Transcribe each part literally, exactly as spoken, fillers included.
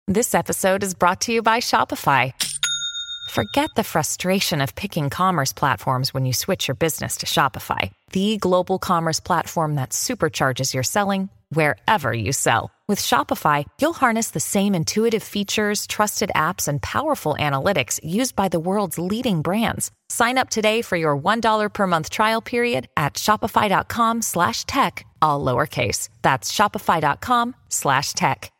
This episode is brought to you by Shopify. Forget the frustration of picking commerce platforms when you switch your business to Shopify, the global commerce platform that supercharges your selling wherever you sell. With Shopify, you'll harness the same intuitive features, trusted apps, and powerful analytics used by the world's leading brands. Sign up today for your one dollar per month trial period at shopify.com slash tech, all lowercase. That's shopify.com slash tech.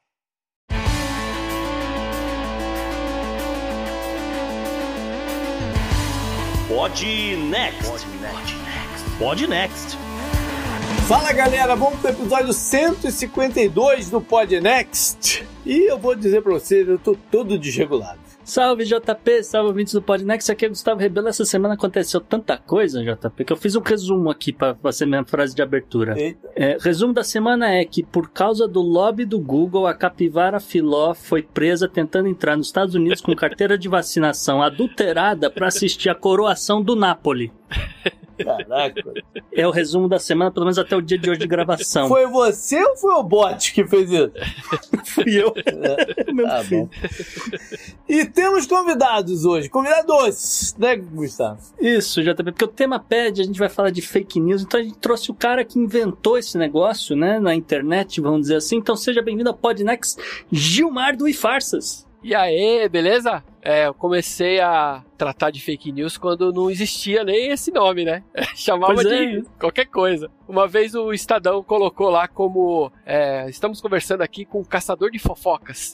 Pod Next. Pod Next. Fala galera, vamos pro episódio cento e cinquenta e dois do Pod Next. E eu vou dizer pra vocês, eu tô todo desregulado. Salve J P, salve ouvintes do Pod Next, aqui é Gustavo Rebelo. Essa semana aconteceu tanta coisa, J P, que eu fiz um resumo aqui pra ser minha frase de abertura. É, resumo da semana é que por causa do lobby do Google, a capivara filó foi presa tentando entrar nos Estados Unidos com carteira de vacinação adulterada pra assistir a coroação do Napoli. Caraca. É o resumo da semana, pelo menos até o dia de hoje de gravação. Foi você ou foi o bot que fez isso? Fui eu. É. Meu ah, filho. E temos convidados hoje, convidados, né, Gustavo? Isso, J P, porque o tema pede, a gente vai falar de fake news, então a gente trouxe o cara que inventou esse negócio, né, na internet, vamos dizer assim. Então seja bem-vindo ao Pod Next, Gilmar do iFarsas. E aí, beleza? É, eu comecei a tratar de fake news quando não existia nem esse nome, né? Chamava pois de é. qualquer coisa. Uma vez o Estadão colocou lá como é, estamos conversando aqui com um caçador de fofocas.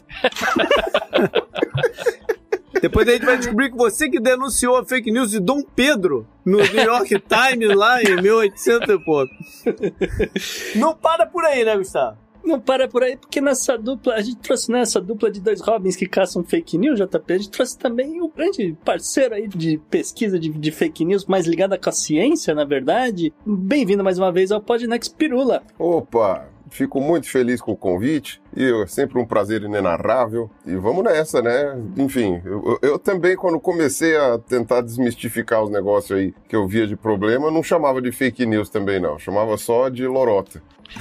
Depois a gente vai descobrir que você que denunciou a fake news de Dom Pedro no New York Times lá em mil e oitocentos e pouco. Não para por aí, né, Gustavo? Não para por aí, porque nessa dupla, a gente trouxe nessa dupla de dois Robins que caçam fake news, J P, a gente trouxe também um grande parceiro aí de pesquisa de, de fake news, mais ligada com a ciência, na verdade. Bem-vindo mais uma vez ao Pod Next Pirula. Opa! Fico muito feliz com o convite e é sempre um prazer inenarrável. E vamos nessa, né? Enfim, eu, eu também, quando comecei a tentar desmistificar os negócios aí que eu via de problema, não chamava de fake news também, não. Chamava só de lorota.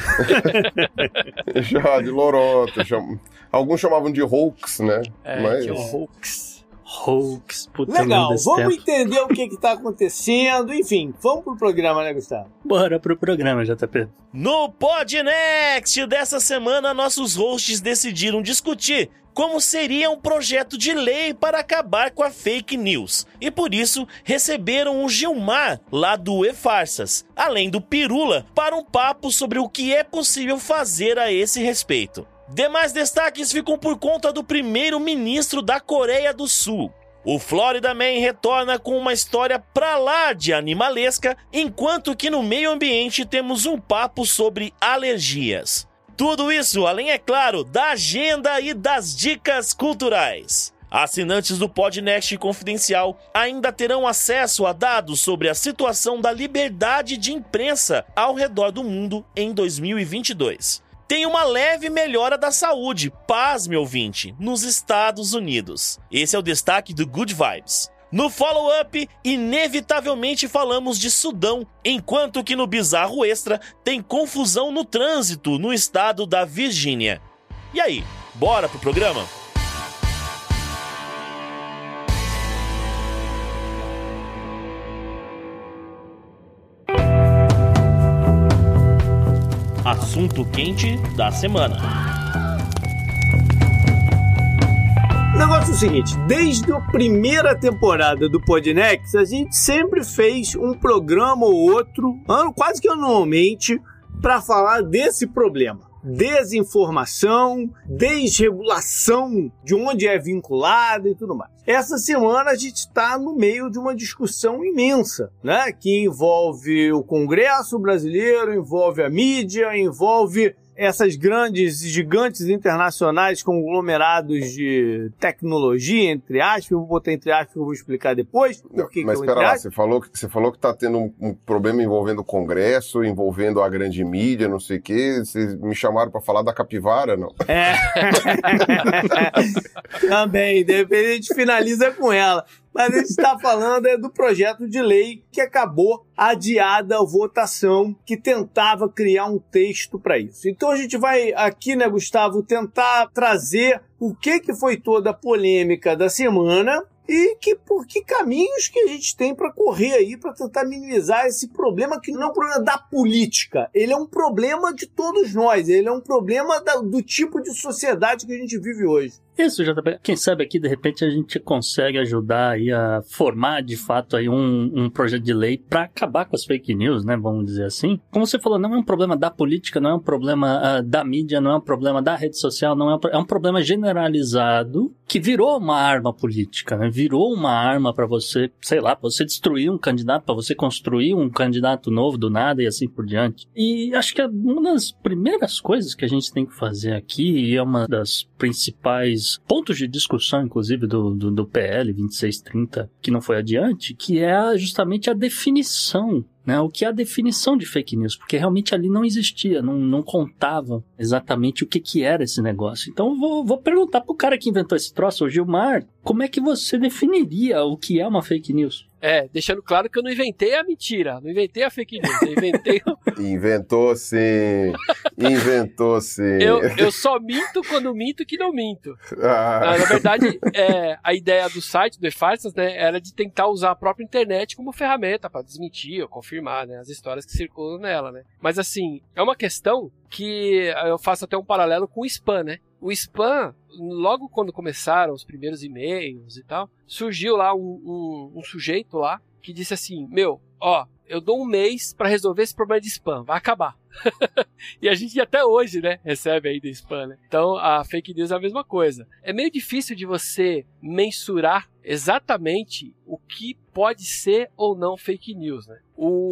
Já, de lorota. Cham... Alguns chamavam de hoax, né? É, Mas... que é o hoax. Hoax, puta. Legal, vamos tempo. entender o que que tá acontecendo. Enfim, vamos pro programa, né, Gustavo? Bora pro programa, J P. No Pod Next dessa semana, nossos hosts decidiram discutir como seria um projeto de lei para acabar com a fake news. E por isso, receberam o Gilmar, lá do iFarsas, além do Pirula, para um papo sobre o que é possível fazer a esse respeito. Demais destaques ficam por conta do primeiro-ministro da Coreia do Sul. O Florida Man retorna com uma história pra lá de animalesca, enquanto que no meio ambiente temos um papo sobre alergias. Tudo isso, além, é claro, da agenda e das dicas culturais. Assinantes do Pod Next Confidencial ainda terão acesso a dados sobre a situação da liberdade de imprensa ao redor do mundo em dois mil e vinte e dois. Tem uma leve melhora da saúde, pasme ouvinte, nos Estados Unidos. Esse é o destaque do Good Vibes. No follow-up, inevitavelmente falamos de Sudão, enquanto que no Bizarro Extra tem confusão no trânsito no estado da Virgínia. E aí, bora pro programa? Assunto quente da semana. O negócio é o seguinte, desde a primeira temporada do Pod Next, a gente sempre fez um programa ou outro, quase que anualmente, para falar desse problema. Desinformação, desregulação de onde é vinculada e tudo mais. Essa semana a gente está no meio de uma discussão imensa, né? Que envolve o Congresso brasileiro, envolve a mídia, envolve essas grandes, gigantes internacionais, conglomerados de tecnologia, entre aspas, eu vou botar entre aspas, eu vou explicar depois. Não, que mas que espera lá, você falou que você falou que está tendo um, um problema envolvendo o Congresso, envolvendo a grande mídia, não sei o quê. Vocês me chamaram para falar da capivara, não? É. Também, de repente a gente finaliza com ela. Mas a gente está falando é do projeto de lei que acabou adiada a votação, que tentava criar um texto para isso. Então a gente vai aqui, né, Gustavo, tentar trazer o que, que foi toda a polêmica da semana e que, por que caminhos que a gente tem para correr aí para tentar minimizar esse problema, que não é um problema da política, ele é um problema de todos nós, ele é um problema da, do tipo de sociedade que a gente vive hoje. Isso, J P. Quem sabe aqui, de repente, a gente consegue ajudar aí a formar, de fato, aí um, um projeto de lei para acabar com as fake news, né? Vamos dizer assim. Como você falou, não é um problema da política, não é um problema uh, da mídia, não é um problema da rede social, não é um, é um problema generalizado que virou uma arma política, né? Virou uma arma para você, sei lá, para você destruir um candidato, para você construir um candidato novo do nada e assim por diante. E acho que uma das primeiras coisas que a gente tem que fazer aqui, e é uma das principais pontos de discussão, inclusive, do, do, do P L vinte e seis trinta, que não foi adiante, que é justamente a definição, né? O que é a definição de fake news, porque realmente ali não existia, não, não contava exatamente o que, que era esse negócio. Então eu vou, vou perguntar pro cara que inventou esse troço, o Gilmar, como é que você definiria o que é uma fake news? É, deixando claro que eu não inventei a mentira, não inventei a fake news, eu inventei... Inventou sim, inventou sim. Eu, eu só minto quando minto que não minto. Ah. Na, na verdade, é, a ideia do site, do E-Farsas, né, era de tentar usar a própria internet como ferramenta para desmentir ou confirmar, né, as histórias que circulam nela, né. Mas assim, é uma questão que eu faço até um paralelo com o spam, né. O spam, logo quando começaram os primeiros e-mails e tal, surgiu lá um, um, um sujeito lá que disse assim, meu, ó, eu dou um mês para resolver esse problema de spam, vai acabar. E a gente até hoje, né, recebe aí do spam, né? Então a fake news é a mesma coisa. É meio difícil de você mensurar exatamente o que pode ser ou não fake news, né?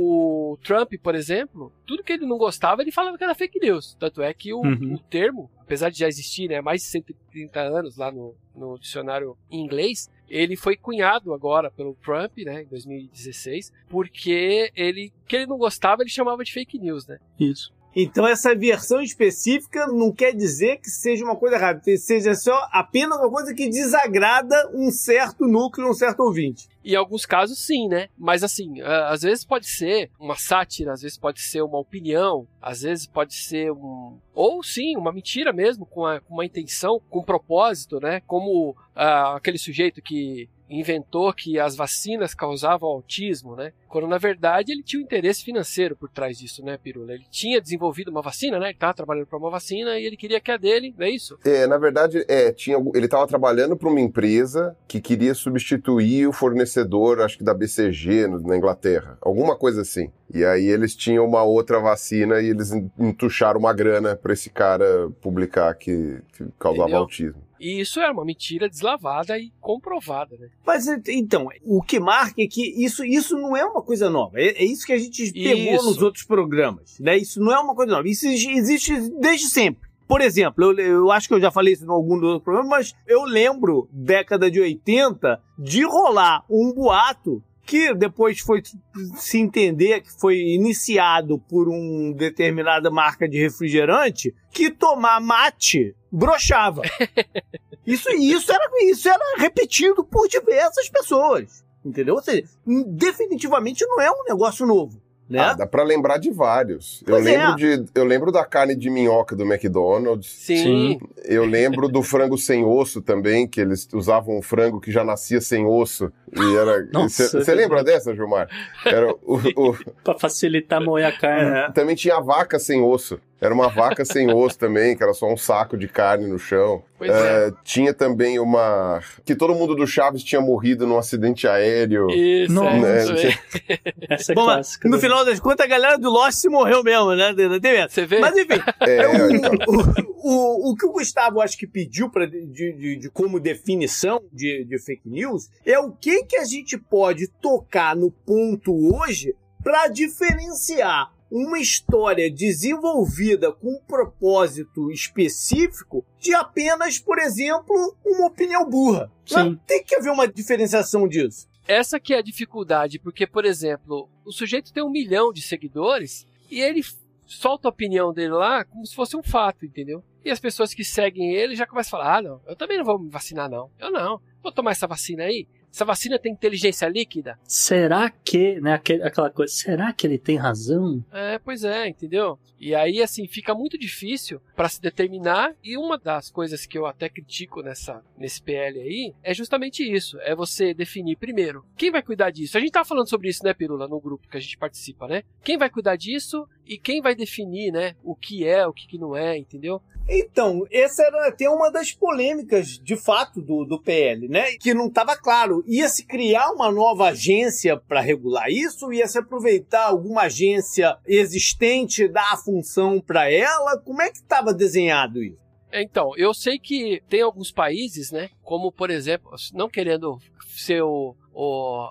O Trump, por exemplo, tudo que ele não gostava, ele falava que era fake news. Tanto é que o, uhum. o termo, apesar de já existir, né, há mais de cento e trinta anos lá no, no dicionário em inglês, ele foi cunhado agora pelo Trump, né, em dois mil e dezesseis, porque ele, que ele não gostava, ele chamava de fake news, né? Isso. Então essa versão específica não quer dizer que seja uma coisa errada, que seja só apenas uma coisa que desagrada um certo núcleo, um certo ouvinte. Em alguns casos sim, né? Mas assim, às vezes pode ser uma sátira, às vezes pode ser uma opinião, às vezes pode ser um... ou sim, uma mentira mesmo, com, a, com uma intenção, com um propósito, né? Como uh, aquele sujeito que inventou que as vacinas causavam autismo, né? Quando, na verdade, ele tinha um interesse financeiro por trás disso, né, Pirula? Ele tinha desenvolvido uma vacina, né? Ele estava trabalhando para uma vacina e ele queria que a dele, não é isso? É, na verdade, é, tinha, ele estava trabalhando para uma empresa que queria substituir o fornecedor, acho que da B C G, no, na Inglaterra. Alguma coisa assim. E aí eles tinham uma outra vacina e eles entucharam uma grana para esse cara publicar que, que causava Entendeu? autismo. E isso é uma mentira deslavada e comprovada, né? Mas, então, o que marca é que isso, isso não é uma coisa nova. É, é isso que a gente pegou isso. nos outros programas, né? Isso não é uma coisa nova. Isso existe desde sempre. Por exemplo, eu, eu acho que eu já falei isso em algum dos outros programas, mas eu lembro, década de oitenta, de rolar um boato que depois foi se entender que foi iniciado por uma determinada marca de refrigerante, que tomar mate broxava. Isso, isso, era, isso era repetido por diversas pessoas, entendeu? Ou seja, definitivamente não é um negócio novo. Né? Ah, dá pra lembrar de vários. Eu lembro, é. de, eu lembro da carne de minhoca do McDonald's. Sim. Eu lembro do frango sem osso também, que eles usavam um frango que já nascia sem osso. E era. Você lembra dessa, Gilmar? Era o, o... Pra facilitar moer a carne. É. Também tinha a vaca sem osso. Era uma vaca sem osso também, que era só um saco de carne no chão. Pois é. Uh, tinha também uma... que todo mundo do Chaves tinha morrido num acidente aéreo. Isso, né? é, isso é. Essa é Bom, clássica. No né? final das contas, a galera do Lost se morreu mesmo, né? Você vê? Mas enfim, é, o, então. o, o, o que o Gustavo acho que pediu pra, de, de, de como definição de, de fake news é o que, que a gente pode tocar no ponto hoje para diferenciar uma história desenvolvida com um propósito específico de apenas, por exemplo, uma opinião burra. Sim. Tem que haver uma diferenciação disso. Essa que é a dificuldade, porque, por exemplo, o sujeito tem um milhão de seguidores e ele solta a opinião dele lá como se fosse um fato, entendeu? E as pessoas que seguem ele já começam a falar, ah, não, eu também não vou me vacinar, não. Eu não, vou tomar essa vacina aí. Essa vacina tem inteligência líquida? Será que, né, aquele, aquela coisa, será que ele tem razão? É, pois é, entendeu? E aí, assim, fica muito difícil para se determinar, e uma das coisas que eu até critico nessa, nesse P L aí, é justamente isso, é você definir primeiro, quem vai cuidar disso? A gente tava falando sobre isso, né, Pirula, no grupo que a gente participa, né? Quem vai cuidar disso e quem vai definir, né, o que é, o que, que não é, entendeu? Então, essa era até uma das polêmicas, de fato, do, do P L, né? Que não estava claro. Ia se criar uma nova agência para regular isso? Ia se aproveitar alguma agência existente, dar a função para ela? Como é que estava desenhado isso? Então, eu sei que tem alguns países, né? Como, por exemplo, não querendo ser o... o...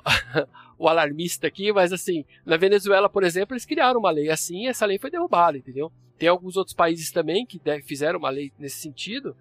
o alarmista aqui, mas assim, na Venezuela, por exemplo, eles criaram uma lei assim e essa lei foi derrubada, entendeu? Tem alguns outros países também que fizeram uma lei nesse sentido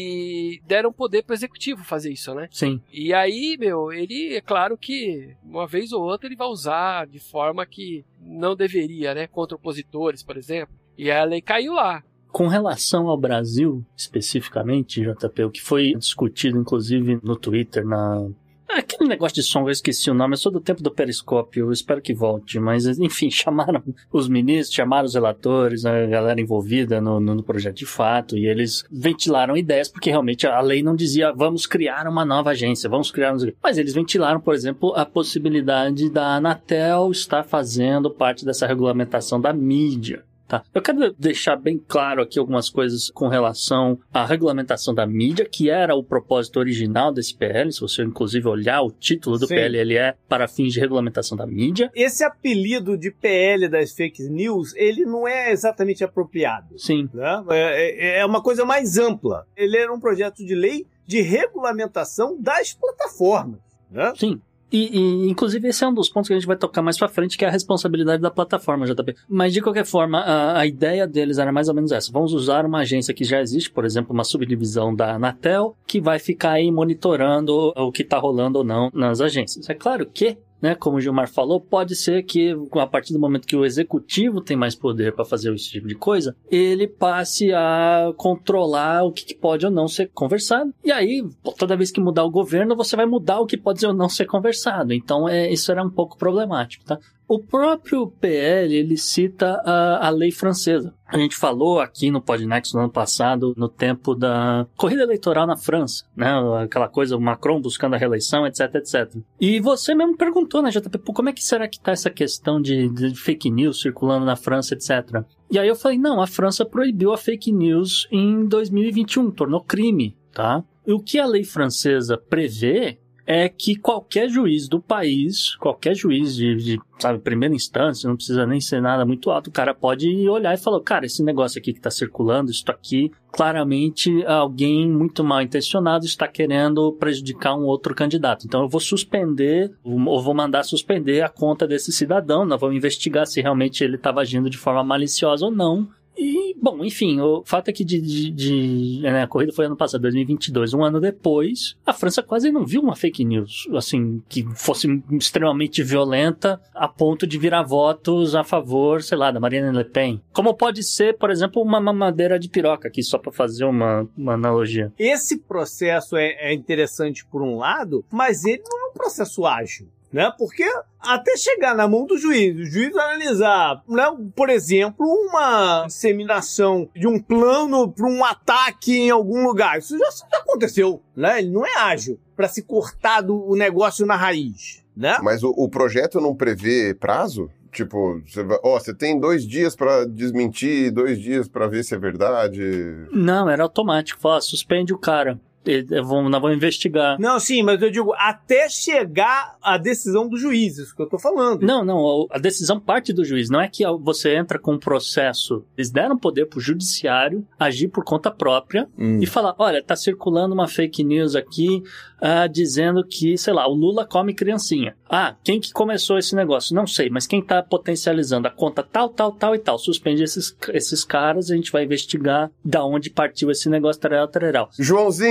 e deram poder para o executivo fazer isso, né? Sim. E aí, meu, ele, é claro que uma vez ou outra ele vai usar de forma que não deveria, né? Contra opositores, por exemplo. E a lei caiu lá. Com relação ao Brasil, especificamente, J P, o que foi discutido, inclusive, no Twitter, na... Aquele negócio de som, eu esqueci o nome, eu sou do tempo do Periscópio, eu espero que volte, mas enfim, chamaram os ministros, chamaram os relatores, a galera envolvida no, no projeto de fato, e eles ventilaram ideias, porque realmente a lei não dizia vamos criar uma nova agência, vamos criar... Mas eles ventilaram, por exemplo, a possibilidade da Anatel estar fazendo parte dessa regulamentação da mídia. Tá. Eu quero deixar bem claro aqui algumas coisas com relação à regulamentação da mídia, que era o propósito original desse P L. Se você, inclusive, olhar o título do Sim. P L, ele é para fins de regulamentação da mídia. Esse apelido de P L das fake news, ele não é exatamente apropriado. Sim. Né? É, é uma coisa mais ampla. Ele era um projeto de lei de regulamentação das plataformas. Né? Sim. E, e, inclusive, esse é um dos pontos que a gente vai tocar mais pra frente, que é a responsabilidade da plataforma, J P. Mas, de qualquer forma, a, a ideia deles era mais ou menos essa. Vamos usar uma agência que já existe, por exemplo, uma subdivisão da Anatel, que vai ficar aí monitorando o que tá rolando ou não nas agências. É claro que, né, como o Gilmar falou, pode ser que, a partir do momento que o executivo tem mais poder para fazer esse tipo de coisa, ele passe a controlar o que, que pode ou não ser conversado. E aí, toda vez que mudar o governo, você vai mudar o que pode ou não ser conversado. Então, é, isso era um pouco problemático, tá? O próprio P L, ele cita a, a lei francesa. A gente falou aqui no Podnext no ano passado, no tempo da corrida eleitoral na França, né? Aquela coisa, o Macron buscando a reeleição, etc, etcétera. E você mesmo perguntou, né, J P, como é que será que tá essa questão de, de fake news circulando na França, etcétera. E aí eu falei, não, a França proibiu a fake news em dois mil e vinte e um, tornou crime, tá? E o que a lei francesa prevê é que qualquer juiz do país, qualquer juiz de, de, sabe, primeira instância, não precisa nem ser nada muito alto, o cara pode olhar e falar, cara, esse negócio aqui que está circulando, isso aqui, claramente alguém muito mal intencionado está querendo prejudicar um outro candidato. Então eu vou suspender, ou vou mandar suspender a conta desse cidadão, nós vamos investigar se realmente ele estava agindo de forma maliciosa ou não. E, bom, enfim, o fato é que de, de, de, né, a corrida foi ano passado, dois mil e vinte e dois, um ano depois, a França quase não viu uma fake news, assim, que fosse extremamente violenta a ponto de virar votos a favor, sei lá, da Marine Le Pen. Como pode ser, por exemplo, uma mamadeira de piroca, aqui só para fazer uma, uma analogia. Esse processo é, é interessante por um lado, mas ele não é um processo ágil. Né? Porque até chegar na mão do juiz, o juiz analisar, né, por exemplo, uma disseminação de um plano para um ataque em algum lugar, isso já, já aconteceu, né? Ele não é ágil para se cortar do, o negócio na raiz, né? Mas o, o projeto não prevê prazo? Tipo, você, vai, ó, você tem dois dias pra desmentir, dois dias pra ver se é verdade? Não, era automático. Fala, suspende o cara. Vamos, nós vamos investigar. Não, sim, mas eu digo, até chegar a decisão do juiz, isso que eu tô falando. Não, não, a decisão parte do juiz. Não é que você entra com um processo. Eles deram poder pro judiciário agir por conta própria hum. e falar, olha, tá circulando uma fake news aqui uh, dizendo que, sei lá, o Lula come criancinha. Ah, quem que começou esse negócio? Não sei, mas quem tá potencializando a conta tal, tal, tal e tal. Suspende esses, esses caras, a gente vai investigar da onde partiu esse negócio, tareal, tareal. Joãozinho,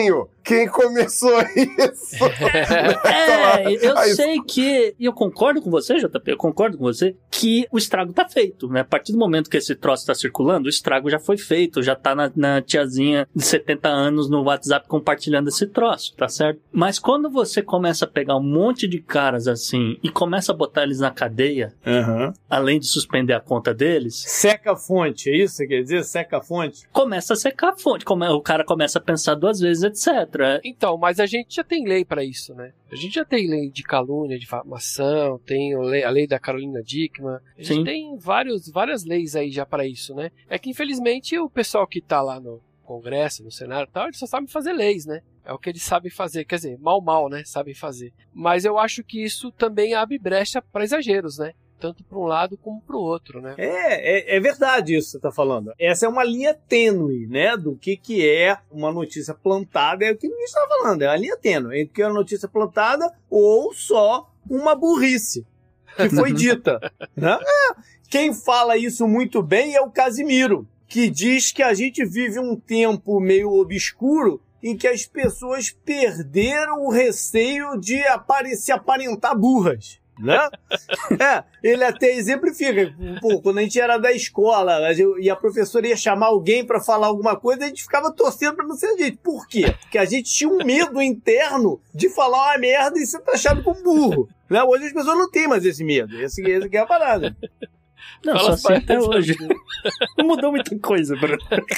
Quem começou isso? É, eu Aí... sei que, e eu concordo com você, J P, eu concordo com você, que o estrago tá feito, né? A partir do momento que esse troço tá circulando, o estrago já foi feito, já tá na, na tiazinha de setenta anos no WhatsApp compartilhando esse troço, tá certo? Mas quando você começa a pegar um monte de caras assim e começa a botar eles na cadeia, uhum. além de suspender a conta deles... Seca a fonte, é isso que quer dizer? Seca a fonte? Começa a secar a fonte, o cara começa a pensar duas vezes, etcétera. Então, mas a gente já tem lei pra isso, né? A gente já tem lei de calúnia, de difamação, tem a lei, a lei da Carolina Dickmann, a gente Sim. tem vários, várias leis aí já pra isso, né? É que infelizmente o pessoal que tá lá no Congresso, no Senado e tal, eles só sabem fazer leis, né? É o que eles sabem fazer, quer dizer, mal mal, né? Sabem fazer. Mas eu acho que isso também abre brecha pra exageros, né? Tanto para um lado como para o outro, né? É, é, é verdade isso que você está falando. Essa é uma linha tênue, né? Do que, que é uma notícia plantada, é o que a gente está falando, é uma linha tênue entre que é uma notícia plantada ou só uma burrice que foi dita. Né? É, quem fala isso muito bem é o Casimiro, que diz que a gente vive um tempo meio obscuro em que as pessoas perderam o receio de apare- se aparentar burras. Né? É, ele até exemplifica. Pô, quando a gente era da escola e a professora ia chamar alguém pra falar alguma coisa, a gente ficava torcendo pra não ser a gente. Por quê? Porque a gente tinha um medo interno de falar uma merda e ser taxado como burro. Né? Hoje as pessoas não têm mais esse medo. Esse, esse aqui é a parada. Não, Fala só assim até hoje. Não mudou muita coisa, Bruno.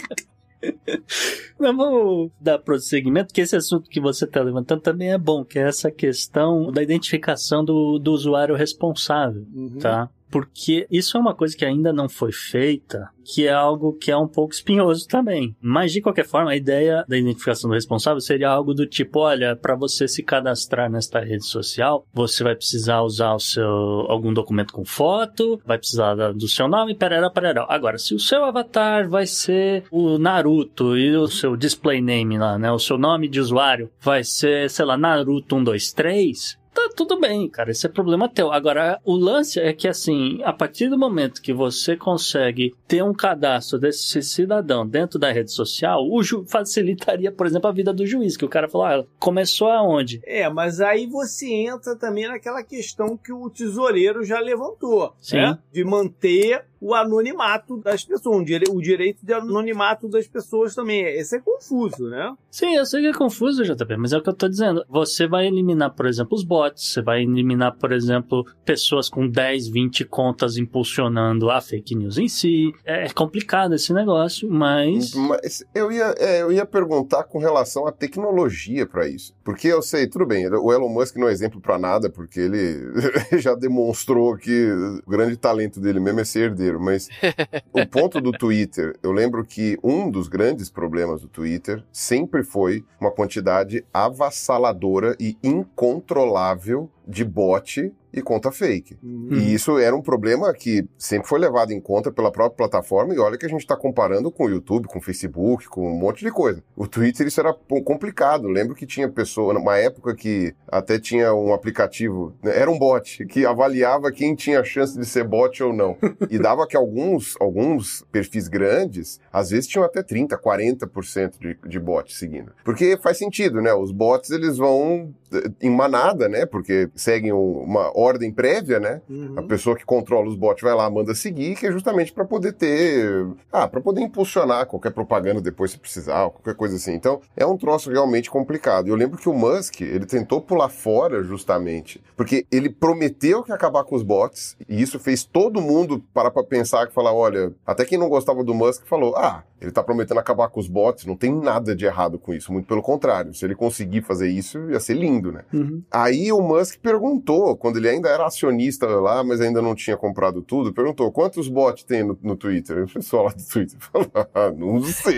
Mas vamos dar prosseguimento, que esse assunto que você está levantando também é bom, que é essa questão da identificação do, do usuário responsável, uhum. tá? Porque isso é uma coisa que ainda não foi feita, que é algo que é um pouco espinhoso também. Mas, de qualquer forma, a ideia da identificação do responsável seria algo do tipo, olha, para você se cadastrar nesta rede social, você vai precisar usar o seu, algum documento com foto, vai precisar do seu nome, pererá, pererá. Agora, se o seu avatar vai ser o Naruto e o seu display name lá, né, o seu nome de usuário vai ser, sei lá, Naruto um dois três... tá tudo bem, cara, esse é problema teu. Agora, o lance é que, assim, a partir do momento que você consegue ter um cadastro desse cidadão dentro da rede social, o ju- facilitaria, por exemplo, a vida do juiz, que o cara falou, ah, começou aonde? É, mas aí você entra também naquela questão que o tesoureiro já levantou, Sim. né? De manter o anonimato das pessoas, o direito de anonimato das pessoas também. Esse é confuso, né? Sim, eu sei que é confuso, J P, mas é o que eu tô dizendo. Você vai eliminar, por exemplo, os bots, você vai eliminar, por exemplo, pessoas com dez, vinte contas impulsionando a fake news em si. É complicado esse negócio, mas... Mas eu ia, é, eu ia perguntar com relação à tecnologia para isso. Porque eu sei, tudo bem, o Elon Musk não é exemplo para nada, porque ele já demonstrou que o grande talento dele mesmo é ser herdeiro. Mas o ponto do Twitter, eu lembro que um dos grandes problemas do Twitter sempre foi uma quantidade avassaladora e incontrolável de bot e conta fake. Uhum. E isso era um problema que sempre foi levado em conta pela própria plataforma, e olha que a gente está comparando com o YouTube, com o Facebook, com um monte de coisa. O Twitter, isso era complicado. Lembro que tinha pessoa, numa época que até tinha um aplicativo, era um bot, que avaliava quem tinha chance de ser bot ou não. E dava que alguns, alguns perfis grandes, às vezes tinham até trinta, quarenta por cento de, de bot seguindo. Porque faz sentido, né? Os bots, eles vão em manada, né? Porque seguem uma ordem prévia, né? Uhum. A pessoa que controla os bots vai lá, manda seguir, que é justamente para poder ter... Ah, para poder impulsionar qualquer propaganda depois se precisar, qualquer coisa assim. Então, é um troço realmente complicado. Eu lembro que o Musk, ele tentou pular fora justamente, porque ele prometeu que ia acabar com os bots, e isso fez todo mundo parar pra pensar, que falar, olha, até quem não gostava do Musk falou, ah, ele tá prometendo acabar com os bots, não tem nada de errado com isso, muito pelo contrário, se ele conseguir fazer isso, ia ser lindo, né? Uhum. Aí o Musk perguntou, quando ele ainda era acionista lá, mas ainda não tinha comprado tudo, perguntou, quantos bots tem no, no Twitter? E o pessoal lá do Twitter falou, ah, não sei.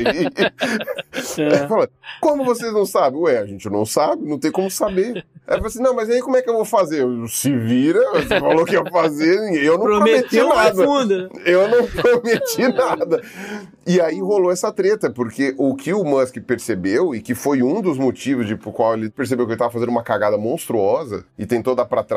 É. Fala, como vocês não sabem? Ué, a gente não sabe, não tem como saber. Aí eu falei assim, não, mas aí como é que eu vou fazer? Eu, se vira, você falou que ia fazer, eu não Prometeu prometi nada. Funda. Eu não prometi nada. E aí rolou essa treta, porque o que o Musk percebeu, e que foi um dos motivos de, por qual ele percebeu que ele estava fazendo uma cagada monstruosa, e tentou dar pra trás e depois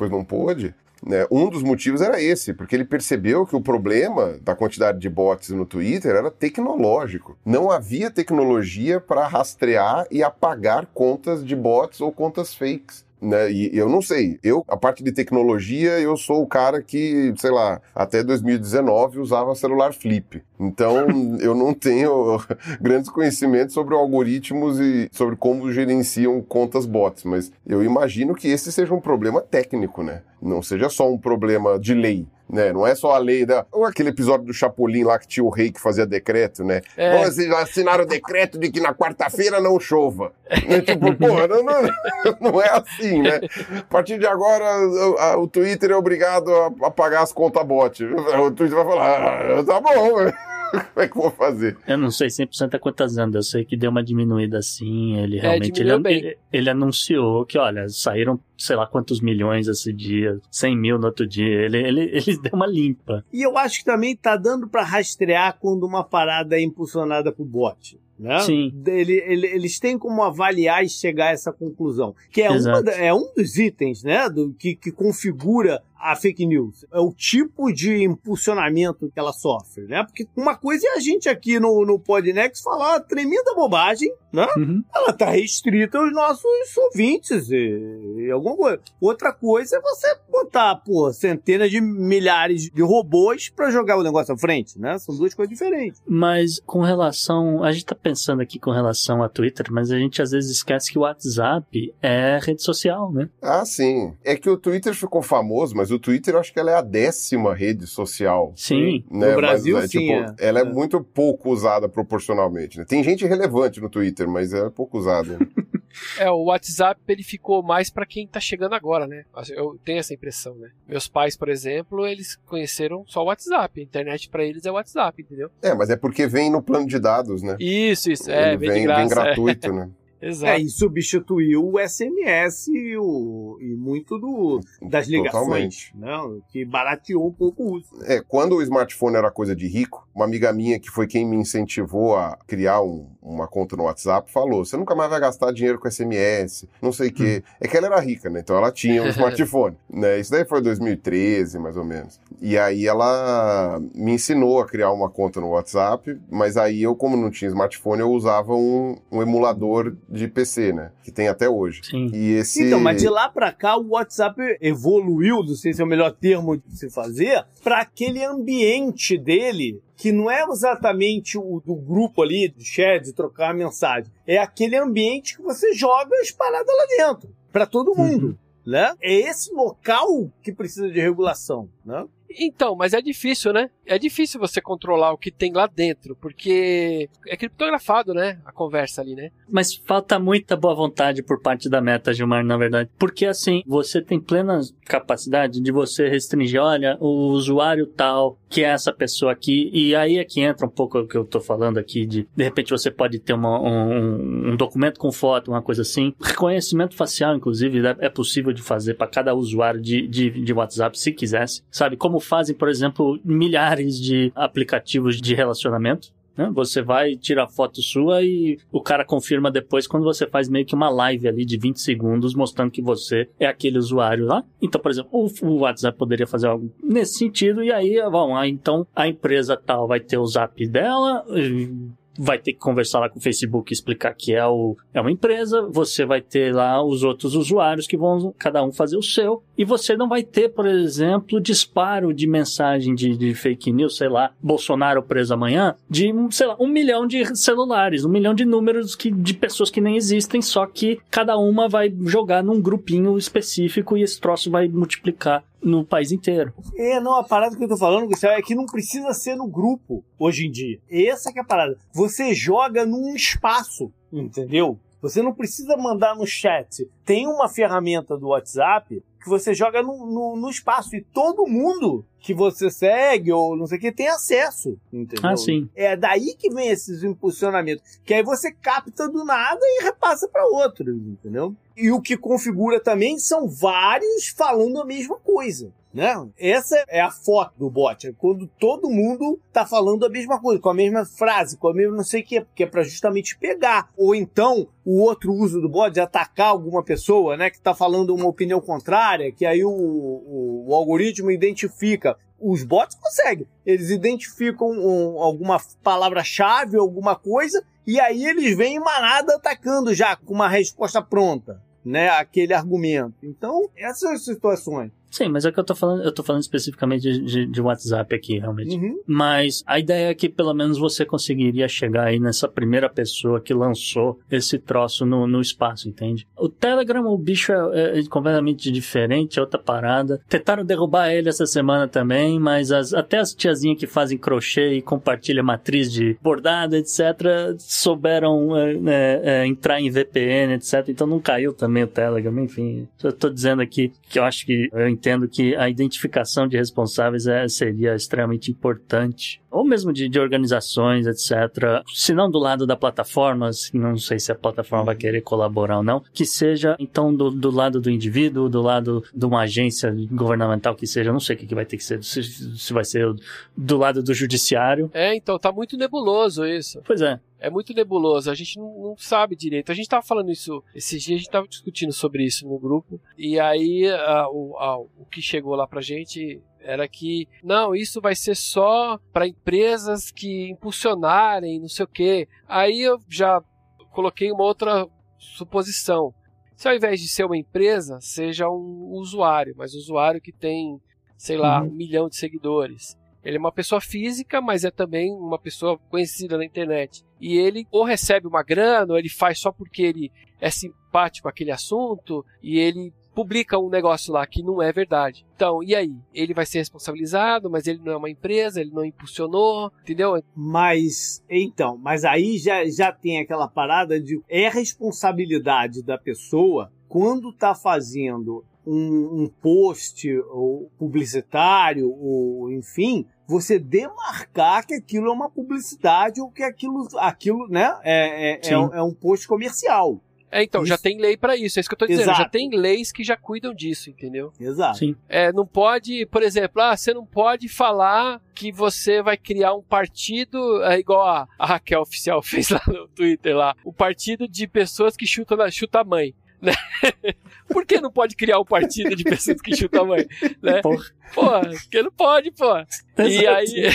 depois não pôde, né? Um dos motivos era esse, porque ele percebeu que o problema da quantidade de bots no Twitter era tecnológico. Não havia tecnologia para rastrear e apagar contas de bots ou contas fakes. Né? E eu não sei, eu, a parte de tecnologia, eu sou o cara que, sei lá, até dois mil e dezenove usava celular flip. Então, eu não tenho grandes conhecimentos sobre algoritmos e sobre como gerenciam contas bots, mas eu imagino que esse seja um problema técnico, né? Não seja só um problema de lei. Né? Não é só a lei da... Ou aquele episódio do Chapolin lá que tinha o rei que fazia decreto, né? É. Vocês assinaram o decreto de que na quarta-feira não chova. Né? Tipo, porra, não, não, não é assim, né? A partir de agora, o, o Twitter é obrigado a, a pagar as contas bot. O Twitter vai falar, ah, tá bom, velho. Como é que eu vou fazer? Eu não sei cem por cento a quantas anos, eu sei que deu uma diminuída assim, ele realmente, é, ele, bem. ele, ele anunciou que, olha, saíram sei lá quantos milhões esse dia, cem mil no outro dia, ele, ele, ele deu uma limpa. E eu acho que também tá dando pra rastrear quando uma parada é impulsionada por bot. Né? Sim. Ele, ele, eles têm como avaliar e chegar a essa conclusão. Que é, uma, é um dos itens, né, do, que, que configura a fake news. É o tipo de impulsionamento que ela sofre, né? Porque uma coisa é a gente aqui no, no Podnext falar uma tremenda bobagem, né? Uhum. Ela tá restrita aos nossos ouvintes e, e alguma coisa. Outra coisa é você botar, pô, centenas de milhares de robôs pra jogar o negócio à frente, né? São duas coisas diferentes. Mas com relação... A gente tá pensando aqui com relação a Twitter, mas a gente às vezes esquece que o WhatsApp é rede social, né? Ah, sim. É que o Twitter ficou famoso, mas o Twitter eu acho que ela é a décima rede social. Sim. Né? No Brasil, mas, é, sim. Tipo, é. Ela é, é muito pouco usada proporcionalmente. Né? Tem gente relevante no Twitter, mas é pouco usada. Né? É, o WhatsApp ele ficou mais pra quem tá chegando agora, né? Eu tenho essa impressão, né? Meus pais, por exemplo, eles conheceram só o WhatsApp. A internet pra eles é o WhatsApp, entendeu? É, mas é porque vem no plano de dados, né? Isso, isso. É, Ele vem, vem, de graça, vem gratuito, é. né? Exato. É, e substituiu o S M S e, o, e muito do, das ligações, né? Que barateou um pouco o uso. É, quando o smartphone era coisa de rico, uma amiga minha, que foi quem me incentivou a criar um, uma conta no WhatsApp, falou, você nunca mais vai gastar dinheiro com S M S, não sei o quê. Hum. É que ela era rica, né? Então ela tinha um smartphone. Né? Isso daí foi dois mil e treze, mais ou menos. E aí ela me ensinou a criar uma conta no WhatsApp, mas aí eu, como não tinha smartphone, eu usava um, um emulador de P C, né? Que tem até hoje. Sim. E esse... Então, mas de lá pra cá o WhatsApp evoluiu, não sei se é o melhor termo de se fazer, pra aquele ambiente dele que não é exatamente o do grupo ali, do chat, de trocar mensagem. É aquele ambiente que você joga as paradas lá dentro, pra todo mundo. Uhum. Né? É esse local que precisa de regulação, né? Então, mas é difícil, né? É difícil você controlar o que tem lá dentro, porque é criptografado, né? A conversa ali, né? Mas falta muita boa vontade por parte da Meta, Gilmar, na verdade. Porque, assim, você tem plena capacidade de você restringir, olha, o usuário tal, que é essa pessoa aqui, e aí é que entra um pouco o que eu tô falando aqui, de, de repente você pode ter uma, um, um documento com foto, uma coisa assim. Reconhecimento facial, inclusive, é possível de fazer para cada usuário de, de, de WhatsApp, se quisesse. Sabe, como fazem, por exemplo, milhares de aplicativos de relacionamento. Né? Você vai tirar foto sua e o cara confirma depois quando você faz meio que uma live ali de vinte segundos mostrando que você é aquele usuário lá. Então, por exemplo, o, o WhatsApp poderia fazer algo nesse sentido e aí, vamos lá, então a empresa tal vai ter o zap dela, vai ter que conversar lá com o Facebook e explicar que é, o, é uma empresa, você vai ter lá os outros usuários que vão cada um fazer o seu, e você não vai ter, por exemplo, disparo de mensagem de, de fake news, sei lá, Bolsonaro preso amanhã, de, sei lá, um milhão de celulares, um milhão de números que, de pessoas que nem existem, só que cada uma vai jogar num grupinho específico e esse troço vai multiplicar no país inteiro. É, não, a parada que eu tô falando, Gustavo, é que não precisa ser no grupo, hoje em dia. Essa que é a parada. Você joga num espaço, entendeu? Você não precisa mandar no chat. Tem uma ferramenta do WhatsApp que você joga no, no, no espaço e todo mundo que você segue ou não sei o que tem acesso, entendeu? Ah, sim. É daí que vem esses impulsionamentos, que aí você capta do nada e repassa para outros, entendeu? E o que configura também são vários falando a mesma coisa, né? Essa é a foto do bot, é quando todo mundo tá falando a mesma coisa, com a mesma frase, com a mesma não sei o que, porque é para justamente pegar. Ou então, o outro uso do bot é atacar alguma pessoa pessoa, né, que está falando uma opinião contrária, que aí o, o, o algoritmo identifica. Os bots conseguem. Eles identificam um, alguma palavra-chave, alguma coisa, e aí eles vêm em manada atacando já, com uma resposta pronta, né, aquele argumento. Então, essas são as situações. Sim, mas é que eu tô falando, eu tô falando especificamente de, de, de WhatsApp aqui, realmente. Uhum. Mas a ideia é que pelo menos você conseguiria chegar aí nessa primeira pessoa que lançou esse troço no, no espaço, entende? O Telegram, o bicho é, é completamente diferente, é outra parada. Tentaram derrubar ele essa semana também, mas as, até as tiazinhas que fazem crochê e compartilham matriz de bordado, etcétera, souberam é, é, é, entrar em V P N, etcétera. Então não caiu também o Telegram, enfim. Eu tô dizendo aqui que eu acho que eu entendo que a identificação de responsáveis é, seria extremamente importante. Ou mesmo de, de organizações, etcétera. Se não do lado da plataforma, não sei se a plataforma vai querer colaborar ou não, que seja, então, do, do lado do indivíduo, do lado de uma agência governamental que seja, não sei o que, que vai ter que ser, se, se vai ser do lado do judiciário. É, então, tá muito nebuloso isso. Pois é. É muito nebuloso, a gente não, não sabe direito. A gente tava falando isso, esses dias a gente tava discutindo sobre isso no grupo, e aí a, o, a, o que chegou lá pra gente era que, não, isso vai ser só para empresas que impulsionarem, não sei o quê. Aí eu já coloquei uma outra suposição. Se ao invés de ser uma empresa, seja um usuário, mas um usuário que tem, sei lá, uhum. um milhão de seguidores. Ele é uma pessoa física, mas é também uma pessoa conhecida na internet. E ele ou recebe uma grana, ou ele faz só porque ele é simpático com aquele assunto, e ele publica um negócio lá que não é verdade. Então, e aí? Ele vai ser responsabilizado, mas ele não é uma empresa, ele não impulsionou, entendeu? Mas, então, mas aí já, já tem aquela parada de... É responsabilidade da pessoa quando tá fazendo um, um post ou publicitário, ou enfim, você demarcar que aquilo é uma publicidade ou que aquilo, aquilo né, é, é, é, é um post comercial. É, então, isso. Já tem lei pra isso, é isso que eu tô dizendo. Exato. Já tem leis que já cuidam disso, entendeu? Exato. Sim. É, não pode, por exemplo, ah, você não pode falar que você vai criar um partido, é igual a, a Raquel Oficial fez lá no Twitter, lá, o partido de pessoas que chutam a, chuta a mãe. Né? Por que não pode criar um partido de pessoas que chutam a mãe? Né? Porra. Porra, porque não pode, pô. E aí...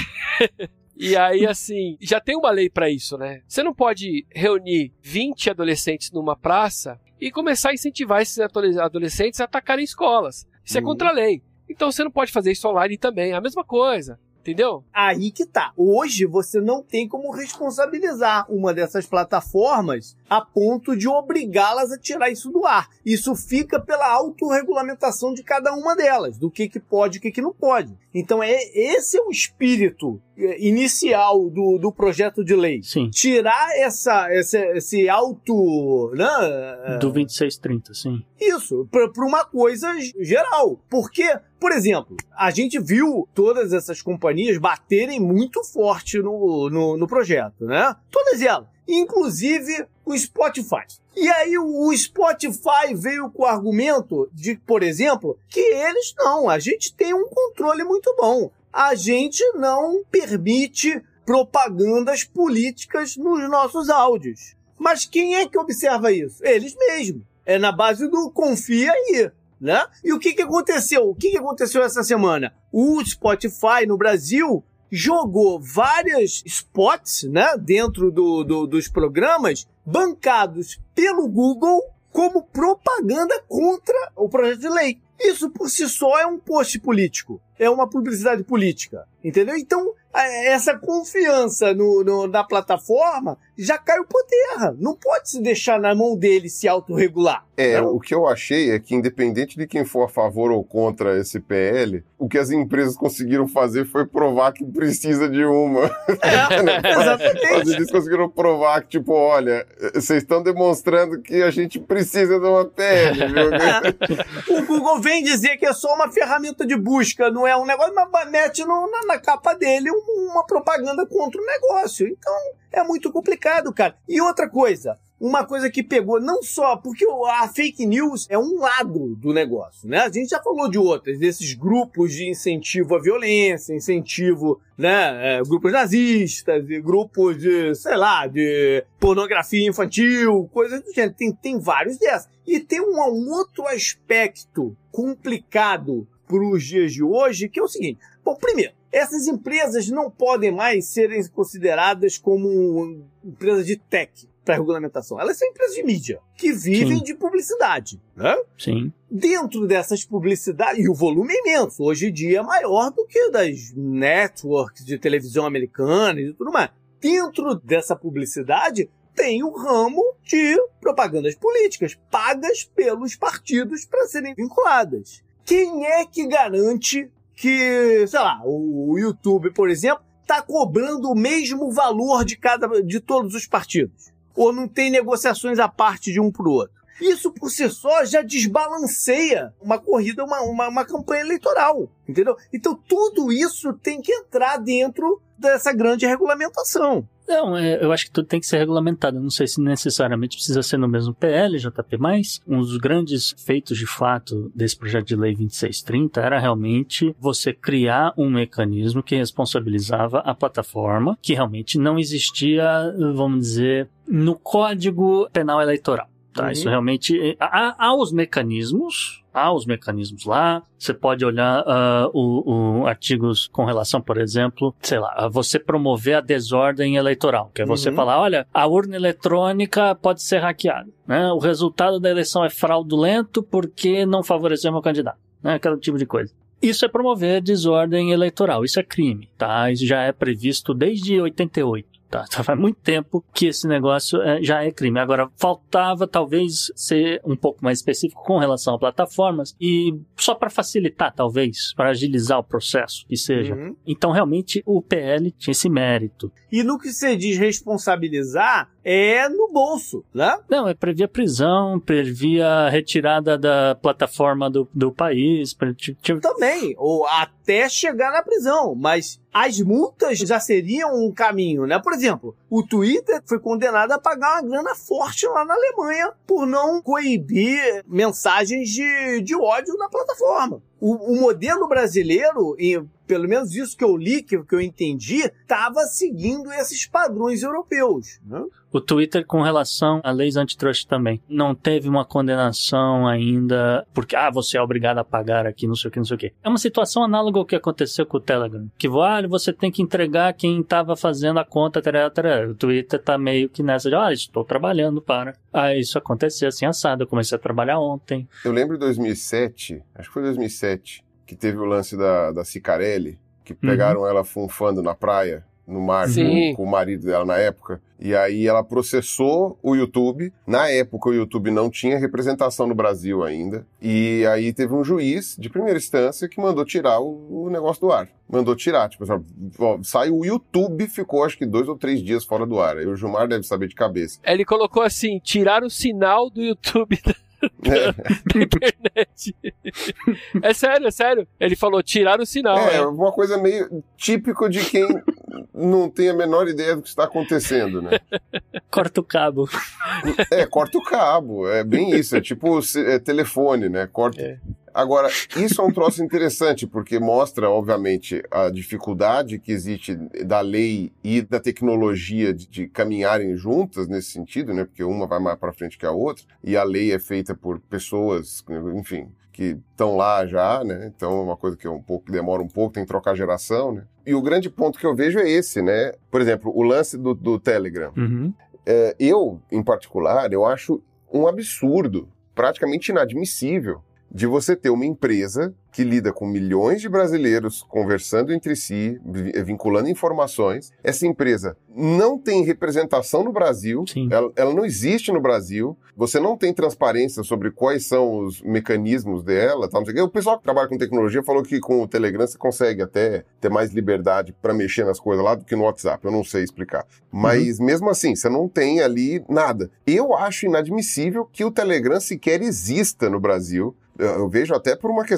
E aí, assim, já tem uma lei pra isso, né? Você não pode reunir vinte adolescentes numa praça e começar a incentivar esses adolescentes a atacarem escolas. Isso uhum. é contra a lei. Então você não pode fazer isso online também. É a mesma coisa. Entendeu? Aí que tá. Hoje você não tem como responsabilizar uma dessas plataformas a ponto de obrigá-las a tirar isso do ar. Isso fica pela autorregulamentação de cada uma delas, do que, que pode e o que, que não pode. Então é, esse é o espírito inicial do, do projeto de lei. Sim. Tirar essa, esse, esse auto... Né, do vinte e seis trinta, sim. Isso, para uma coisa geral. Porque, por exemplo, a gente viu todas essas companhias baterem muito forte no, no, no projeto, né? Todas elas. Inclusive o Spotify. E aí o Spotify veio com o argumento de, por exemplo, que eles não, a gente tem um controle muito bom. A gente não permite propagandas políticas nos nossos áudios. Mas quem é que observa isso? Eles mesmos. É na base do confia aí, né? E o que que aconteceu? O que que aconteceu essa semana? O Spotify no Brasil jogou várias spots, né, dentro do, do, dos programas bancados pelo Google como propaganda contra o projeto de lei. Isso por si só é um post político, é uma publicidade política, entendeu? Então, essa confiança no, no, na plataforma já caiu por terra. Não pode se deixar na mão dele se autorregular. É, não? O que eu achei é que, independente de quem for a favor ou contra esse P L, o que as empresas conseguiram fazer foi provar que precisa de uma. É, exatamente. Eles conseguiram provar que, tipo, olha, vocês estão demonstrando que a gente precisa de uma P L, viu? É. O Google vem dizer que é só uma ferramenta de busca, não é um negócio, mas mete no, na, na capa dele um, uma propaganda contra o negócio. Então, é muito complicado, cara. E outra coisa, uma coisa que pegou, não só porque a fake news é um lado do negócio, né? A gente já falou de outras, desses grupos de incentivo à violência, incentivo, né, é, grupos nazistas, e grupos de, sei lá, de pornografia infantil, coisas do gênero. Tem, tem vários dessas. E tem um, um outro aspecto complicado para os dias de hoje, que é o seguinte. Bom, primeiro, essas empresas não podem mais serem consideradas como empresas de tech para regulamentação. Elas são empresas de mídia, que vivem Sim. de publicidade, né? Sim. Dentro dessas publicidades, e o volume é imenso, hoje em dia é maior do que das networks de televisão americanas e tudo mais. Dentro dessa publicidade, tem o ramo de propagandas políticas, pagas pelos partidos para serem vinculadas. Quem é que garante que, sei lá, o YouTube, por exemplo, está cobrando o mesmo valor de cada de todos os partidos? Ou não tem negociações à parte de um para o outro? Isso, por si só, já desbalanceia uma corrida, uma, uma, uma campanha eleitoral, entendeu? Então, tudo isso tem que entrar dentro dessa grande regulamentação. Não, é, eu acho que tudo tem que ser regulamentado. Eu não sei se necessariamente precisa ser no mesmo P L, J P, mas um dos grandes feitos de fato desse projeto de lei vinte e seis trinta era realmente você criar um mecanismo que responsabilizava a plataforma, que realmente não existia, vamos dizer, no Código Penal Eleitoral. Tá, uhum. Isso realmente... Há, há os mecanismos... Há os mecanismos lá, você pode olhar uh, o, o artigos com relação, por exemplo, sei lá, a você promover a desordem eleitoral, que é você uhum. falar, olha, a urna eletrônica pode ser hackeada, né? O resultado da eleição é fraudulento porque não favoreceu o meu candidato, né? Aquele tipo de coisa. Isso é promover desordem eleitoral, isso é crime, tá? Isso já é previsto desde oitenta e oito. Tá, faz muito tempo que esse negócio é, já é crime. Agora, faltava talvez ser um pouco mais específico com relação a plataformas e só para facilitar, talvez, para agilizar o processo, que seja. Uhum. Então, realmente, o P L tinha esse mérito. E no que você diz responsabilizar, é no bolso, né? Não, é previa prisão, previa retirada da plataforma do, do país. Pre... Também, ou até chegar na prisão, mas... as multas já seriam um caminho, né? Por exemplo, o Twitter foi condenado a pagar uma grana forte lá na Alemanha por não coibir mensagens de, de ódio na plataforma. O, o modelo brasileiro, e pelo menos isso que eu li, que, que eu entendi, estava seguindo esses padrões europeus, né? O Twitter, com relação a leis antitrust também, não teve uma condenação ainda porque, ah, você é obrigado a pagar aqui, não sei o que, não sei o que. É uma situação análoga ao que aconteceu com o Telegram, que, ah, você tem que entregar quem estava fazendo a conta, tará, tará. O Twitter tá meio que nessa de, ah, estou trabalhando para... Ah, isso aconteceu assim, assado, eu comecei a trabalhar ontem. Eu lembro em dois mil e sete, acho que foi dois mil e sete, que teve o lance da, da Cicarelli, que pegaram uhum. ela funfando na praia, no mar, com, com o marido dela na época, e aí ela processou o YouTube. Na época o YouTube não tinha representação no Brasil ainda, e aí teve um juiz de primeira instância que mandou tirar o, o negócio do ar. Mandou tirar, tipo, ó, saiu o YouTube, ficou acho que dois ou três dias fora do ar. Aí o Gilmar deve saber de cabeça. Ele colocou assim, tirar o sinal do YouTube da... Da, da internet. É sério, é sério. Ele falou tirar o sinal. É, é uma coisa meio típico de quem não tem a menor ideia do que está acontecendo, né? Corta o cabo. É, corta o cabo. É bem isso. É tipo é, telefone, né? Corta. É. Agora, isso é um troço interessante, porque mostra, obviamente, a dificuldade que existe da lei e da tecnologia de, de caminharem juntas nesse sentido, né? Porque uma vai mais para frente que a outra, e a lei é feita por pessoas, enfim, que estão lá já, né? Então é uma coisa que é um pouco, demora um pouco, tem que trocar geração, né? E o grande ponto que eu vejo é esse, né? Por exemplo, o lance do, do Telegram. Uhum. É, eu, em particular, eu acho um absurdo, praticamente inadmissível, de você ter uma empresa que lida com milhões de brasileiros conversando entre si, vinculando informações. Essa empresa não tem representação no Brasil, ela, ela não existe no Brasil, você não tem transparência sobre quais são os mecanismos dela. Tá, não sei o, que. O pessoal que trabalha com tecnologia falou que com o Telegram você consegue até ter mais liberdade para mexer nas coisas lá do que no WhatsApp, eu não sei explicar. Mas uhum. mesmo assim, você não tem ali nada. Eu acho inadmissível que o Telegram sequer exista no Brasil. Eu vejo até por uma questão até de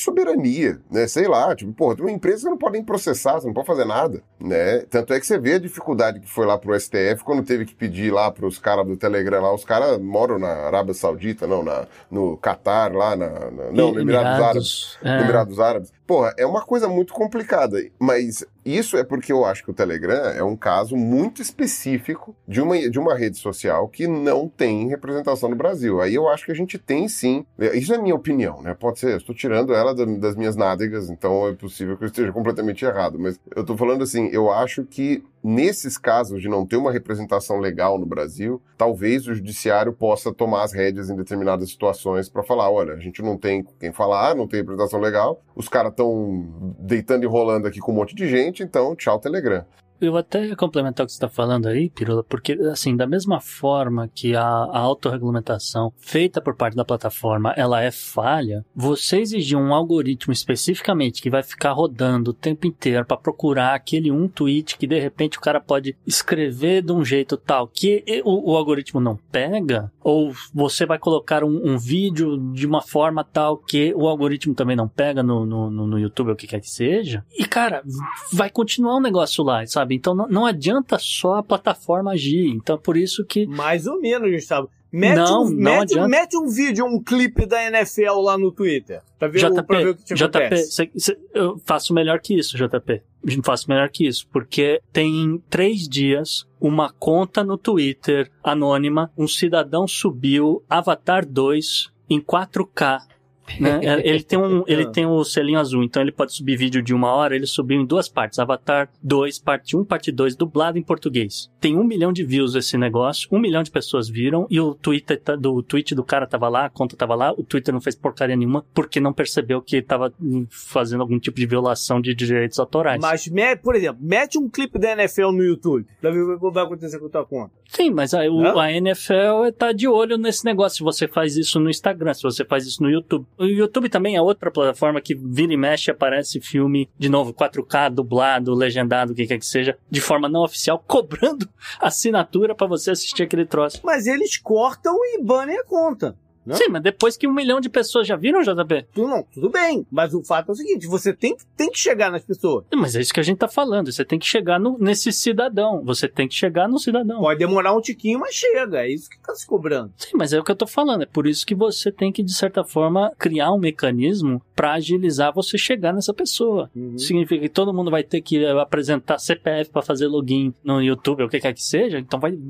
soberania, né? Sei lá, tipo, porra, tem uma empresa que não pode nem processar, você não pode fazer nada, né? Tanto é que você vê a dificuldade que foi lá pro S T F quando teve que pedir lá pros caras do Telegram lá, os caras moram na Arábia Saudita, não, na, no Catar, lá na... na não, no Emirados Árabes. É. No Emirados Árabes. Porra, é uma coisa muito complicada, mas isso é porque eu acho que o Telegram é um caso muito específico de uma, de uma rede social que não tem representação no Brasil. Aí eu acho que a gente tem sim, isso é a minha opinião, né? Pode ser, eu estou tirando ela das minhas nádegas, então é possível que eu esteja completamente errado, mas eu estou falando assim, eu acho que nesses casos de não ter uma representação legal no Brasil, talvez o judiciário possa tomar as rédeas em determinadas situações para falar, olha, a gente não tem com quem falar, não tem representação legal, os caras estão deitando e rolando aqui com um monte de gente, então tchau Telegram. Eu até ia complementar o que você está falando aí, Pirula, porque, assim, da mesma forma que a, a autorregulamentação feita por parte da plataforma, ela é falha, você exigir um algoritmo especificamente que vai ficar rodando o tempo inteiro para procurar aquele um tweet que, de repente, o cara pode escrever de um jeito tal que o, o algoritmo não pega, ou você vai colocar um, um vídeo de uma forma tal que o algoritmo também não pega no, no, no YouTube, ou o que quer que seja, e, cara, vai continuar um negócio lá, sabe? Então não, não adianta só a plataforma agir. Então por isso que... Mais ou menos, Gustavo. Mete, não, um, não mete, mete um vídeo, um clipe da N F L lá no Twitter. Pra ver, J P, o, pra ver o que te J P, acontece. cê, cê, eu faço melhor que isso, J P. Eu faço melhor que isso. Porque tem três dias uma conta no Twitter anônima, um cidadão subiu Avatar dois em quatro K. Né? Ele tem um, ele tem o selinho azul, então ele pode subir vídeo de uma hora. Ele subiu em duas partes, Avatar dois, parte um, parte dois, dublado em português. Tem um milhão de views esse negócio, um milhão de pessoas viram, e o Twitter do o tweet do cara tava lá, a conta tava lá, o Twitter não fez porcaria nenhuma, porque não percebeu que tava fazendo algum tipo de violação de direitos autorais. Mas, por exemplo, mete um clipe da N F L no YouTube, pra ver o que vai acontecer com a tua conta. Sim, mas a, o, a N F L tá de olho nesse negócio, se você faz isso no Instagram, se você faz isso no YouTube. O YouTube também é outra plataforma que vira e mexe, aparece filme, de novo, quatro K, dublado, legendado, o que quer que seja, de forma não oficial, cobrando assinatura pra você assistir aquele troço. Mas eles cortam e banem a conta. Não? Sim, mas depois que um milhão de pessoas já viram, J P? Tu não, tudo bem, mas o fato é o seguinte, você tem, tem que chegar nas pessoas. Mas é isso que a gente tá falando, você tem que chegar no, nesse cidadão, você tem que chegar no cidadão. Pode demorar um tiquinho, mas chega, é isso que tá se cobrando. Sim, mas é o que eu tô falando, é por isso que você tem que, de certa forma, criar um mecanismo pra agilizar você chegar nessa pessoa. Uhum. Significa que todo mundo vai ter que apresentar C P F pra fazer login no YouTube, ou o que quer que seja, então vai...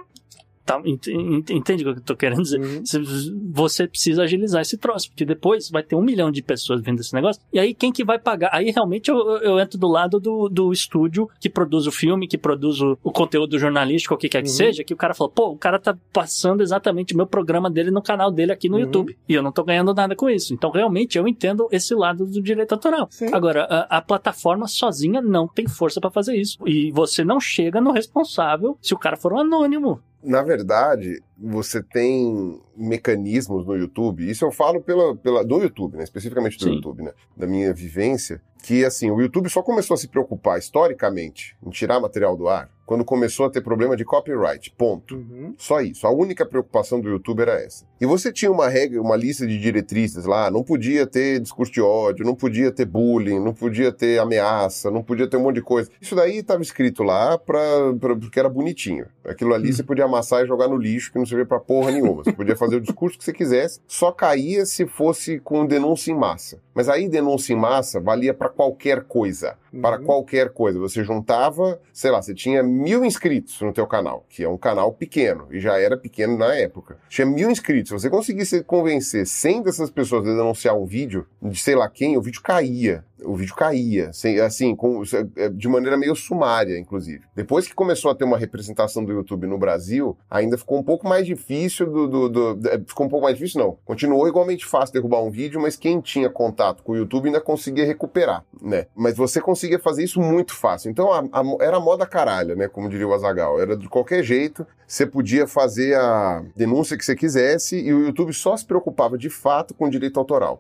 Tá, entende o que eu tô querendo dizer? Uhum. Você precisa agilizar esse troço, porque depois vai ter um milhão de pessoas vendo esse negócio, e aí quem que vai pagar? Aí realmente eu, eu entro do lado do, do estúdio que produz o filme, que produz o, o conteúdo jornalístico, o que quer que uhum. seja, que o cara fala, pô, o cara tá passando exatamente o meu programa dele no canal dele aqui no uhum. YouTube, e eu não tô ganhando nada com isso. Então realmente eu entendo esse lado do direito autoral. Sim. Agora, a, a plataforma sozinha não tem força pra fazer isso, e você não chega no responsável se o cara for um anônimo. Na verdade, você tem mecanismos no YouTube, isso eu falo pela, pela, do YouTube, né? Especificamente do Sim. YouTube, né? Da minha vivência, que assim, o YouTube só começou a se preocupar historicamente em tirar material do ar quando começou a ter problema de copyright, ponto. Uhum. Só isso, a única preocupação do YouTube era essa. E você tinha uma regra, uma lista de diretrizes lá, não podia ter discurso de ódio, não podia ter bullying, não podia ter ameaça, não podia ter um monte de coisa. Isso daí estava escrito lá pra, pra, porque era bonitinho. Aquilo ali uhum. você podia amassar e jogar no lixo, que não servia pra porra nenhuma. Você podia fazer o discurso que você quisesse, só caía se fosse com denúncia em massa. Mas aí denúncia em massa valia pra qualquer coisa. Uhum. Para qualquer coisa. Você juntava, sei lá, você tinha mil inscritos no teu canal, que é um canal pequeno, e já era pequeno na época. Tinha mil inscritos. Se você conseguisse convencer cem dessas pessoas a denunciar um vídeo, de sei lá quem, o vídeo caía. O vídeo caía, assim, com, de maneira meio sumária, inclusive. Depois que começou a ter uma representação do YouTube no Brasil, ainda ficou um pouco mais difícil do, do, do, do... Ficou um pouco mais difícil, não. Continuou igualmente fácil derrubar um vídeo, mas quem tinha contato com o YouTube ainda conseguia recuperar, né? Mas você conseguia fazer isso muito fácil. Então, a, a, era moda caralha, né? Como diria o Azaghal. Era de qualquer jeito, você podia fazer a denúncia que você quisesse e o YouTube só se preocupava de fato com direito autoral, ponto.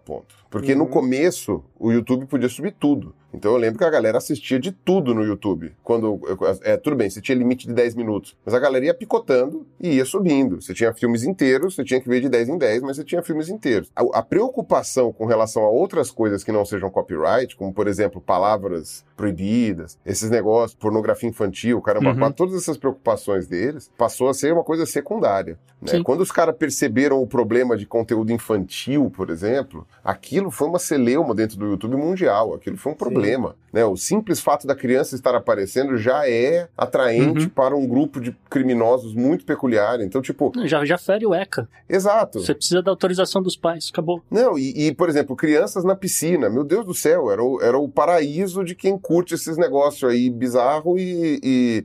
Porque uhum. no começo, o YouTube podia subir tudo. Então eu lembro que a galera assistia de tudo no YouTube. Quando, é, tudo bem, você tinha limite de dez minutos, mas a galera ia picotando e ia subindo. Você tinha filmes inteiros, você tinha que ver de dez em dez, mas você tinha filmes inteiros. A, a preocupação com relação a outras coisas que não sejam copyright, como, por exemplo, palavras proibidas, esses negócios, pornografia infantil, caramba, uhum. todas essas preocupações deles, passou a ser uma coisa secundária. Né? Quando os caras perceberam o problema de conteúdo infantil, por exemplo, aquilo foi uma celeuma dentro do YouTube mundial, aquilo foi um problema. Problema, né? O simples fato da criança estar aparecendo já é atraente uhum. para um grupo de criminosos muito peculiar. Então, tipo... Já, já fere o ECA. Exato. Você precisa da autorização dos pais, acabou. Não, e, e por exemplo, crianças na piscina. Meu Deus do céu, era o, era o paraíso de quem curte esses negócios aí bizarro e, e,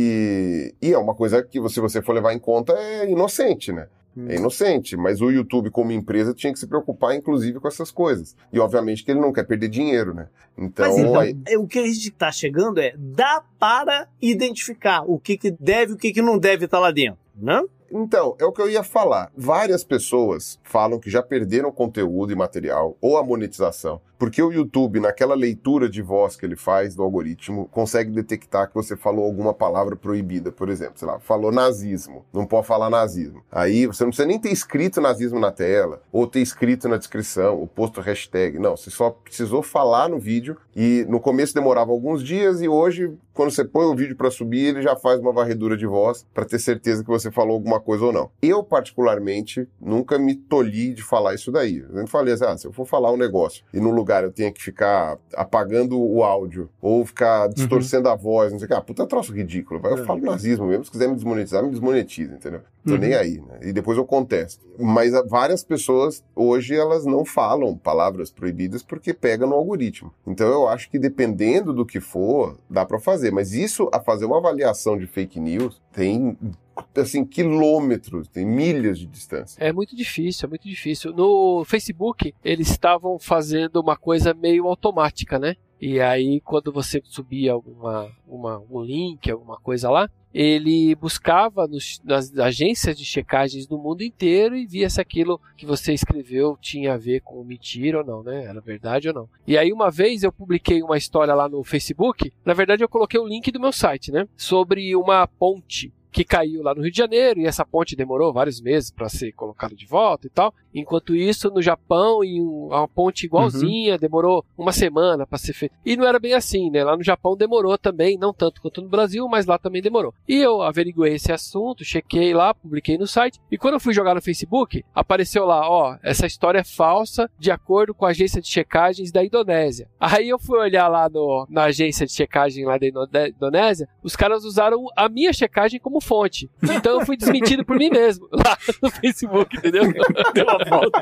e, e é uma coisa que, se você for levar em conta, é inocente, né? É inocente, mas o YouTube como empresa tinha que se preocupar inclusive com essas coisas. E obviamente que ele não quer perder dinheiro, né? Então, mas então, aí... o que a gente está chegando é, dá para identificar o que, que deve e o que, que não deve estar lá dentro, né? Então, é o que eu ia falar. Várias pessoas falam que já perderam conteúdo e material ou a monetização, porque o YouTube, naquela leitura de voz que ele faz do algoritmo, consegue detectar que você falou alguma palavra proibida, por exemplo, sei lá, falou nazismo, não pode falar nazismo. Aí você não precisa nem ter escrito nazismo na tela, ou ter escrito na descrição, ou posto hashtag, não, você só precisou falar no vídeo, e no começo demorava alguns dias, e hoje, quando você põe o vídeo para subir, ele já faz uma varredura de voz para ter certeza que você falou alguma coisa ou não. Eu, particularmente, nunca me tolhi de falar isso daí. Eu sempre falei assim, ah, se eu for falar um negócio e no lugar eu tenho que ficar apagando o áudio ou ficar distorcendo uhum. a voz, não sei o que, ah, puta troço ridículo. Eu falo nazismo mesmo, se quiser me desmonetizar, me desmonetiza, entendeu? Tô uhum. nem aí, né? E depois eu contesto. Mas várias pessoas, hoje, elas não falam palavras proibidas porque pega no algoritmo. Então eu acho que dependendo do que for, dá pra fazer. Mas isso, a fazer uma avaliação de fake news, tem... assim, quilômetros, tem milhas de distância. É muito difícil, é muito difícil. No Facebook, eles estavam fazendo uma coisa meio automática, né? E aí, quando você subia alguma, uma, um link, alguma coisa lá, ele buscava nos, nas agências de checagens do mundo inteiro e via se aquilo que você escreveu tinha a ver com mentira ou não, né? Era verdade ou não. E aí, uma vez, eu publiquei uma história lá no Facebook, na verdade, eu coloquei o link do meu site, né? Sobre uma ponte que caiu lá no Rio de Janeiro, e essa ponte demorou vários meses para ser colocada de volta e tal. Enquanto isso, no Japão, em uma ponte igualzinha, uhum. demorou uma semana para ser feita. E não era bem assim, né? Lá no Japão demorou também, não tanto quanto no Brasil, mas lá também demorou. E eu averiguei esse assunto, chequei lá, publiquei no site, e quando eu fui jogar no Facebook, apareceu lá, ó, essa história é falsa, de acordo com a agência de checagens da Indonésia. Aí eu fui olhar lá no, na agência de checagem lá da Indonésia, os caras usaram a minha checagem como fonte. Então eu fui desmentido por mim mesmo, lá no Facebook, entendeu? Deu uma volta.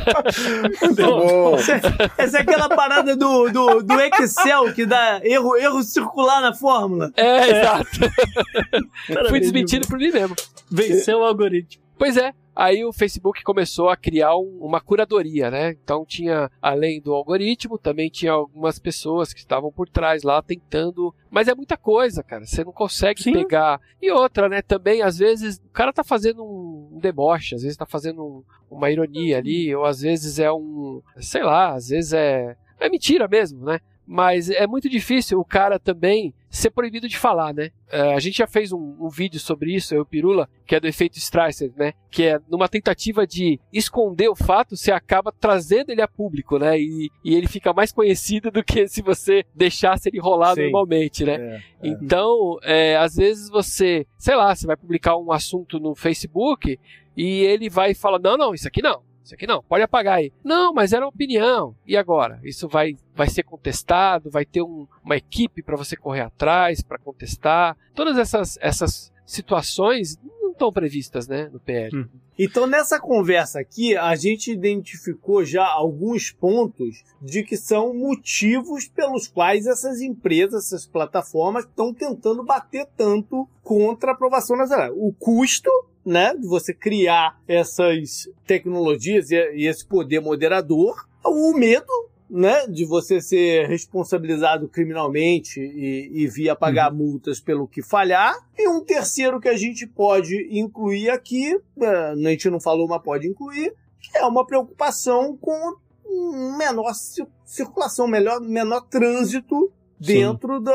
Deu bom. Essa é aquela parada do, do, do Excel que dá erro, erro circular na fórmula. É, exato. Fui desmentido por mim mesmo. Venceu o algoritmo. Pois é. Aí o Facebook começou a criar um, uma curadoria, né? Então tinha, além do algoritmo, também tinha algumas pessoas que estavam por trás lá tentando... Mas é muita coisa, cara. Você não consegue Sim. pegar... E outra, né? Também, às vezes, o cara tá fazendo um deboche, às vezes tá fazendo um, uma ironia ali, ou às vezes é um... Sei lá, às vezes é... É mentira mesmo, né? Mas é muito difícil o cara também ser proibido de falar, né? Uh, a gente já fez um, um vídeo sobre isso, eu e o Pirula, que é do efeito Streisand, né? Que é numa tentativa de esconder o fato, você acaba trazendo ele a público, né? E, e ele fica mais conhecido do que se você deixasse ele rolar Sim. normalmente, né? É, é. Então, é, às vezes você, sei lá, você vai publicar um assunto no Facebook e ele vai falar, não, não, isso aqui não. Isso aqui não, pode apagar aí. Não, mas era uma opinião. E agora? Isso vai, vai ser contestado, vai ter um, uma equipe para você correr atrás, para contestar. Todas essas, essas situações não estão previstas, né, no P L. Hum. Então, nessa conversa aqui, a gente identificou já alguns pontos de que são motivos pelos quais essas empresas, essas plataformas estão tentando bater tanto contra a aprovação nacional. O custo, né, de você criar essas tecnologias e, e esse poder moderador, o medo, né, de você ser responsabilizado criminalmente e, e vir a pagar uhum. multas pelo que falhar. E um terceiro que a gente pode incluir aqui, a gente não falou, mas pode incluir, que é uma preocupação com menor circulação, melhor, menor trânsito dentro Sim.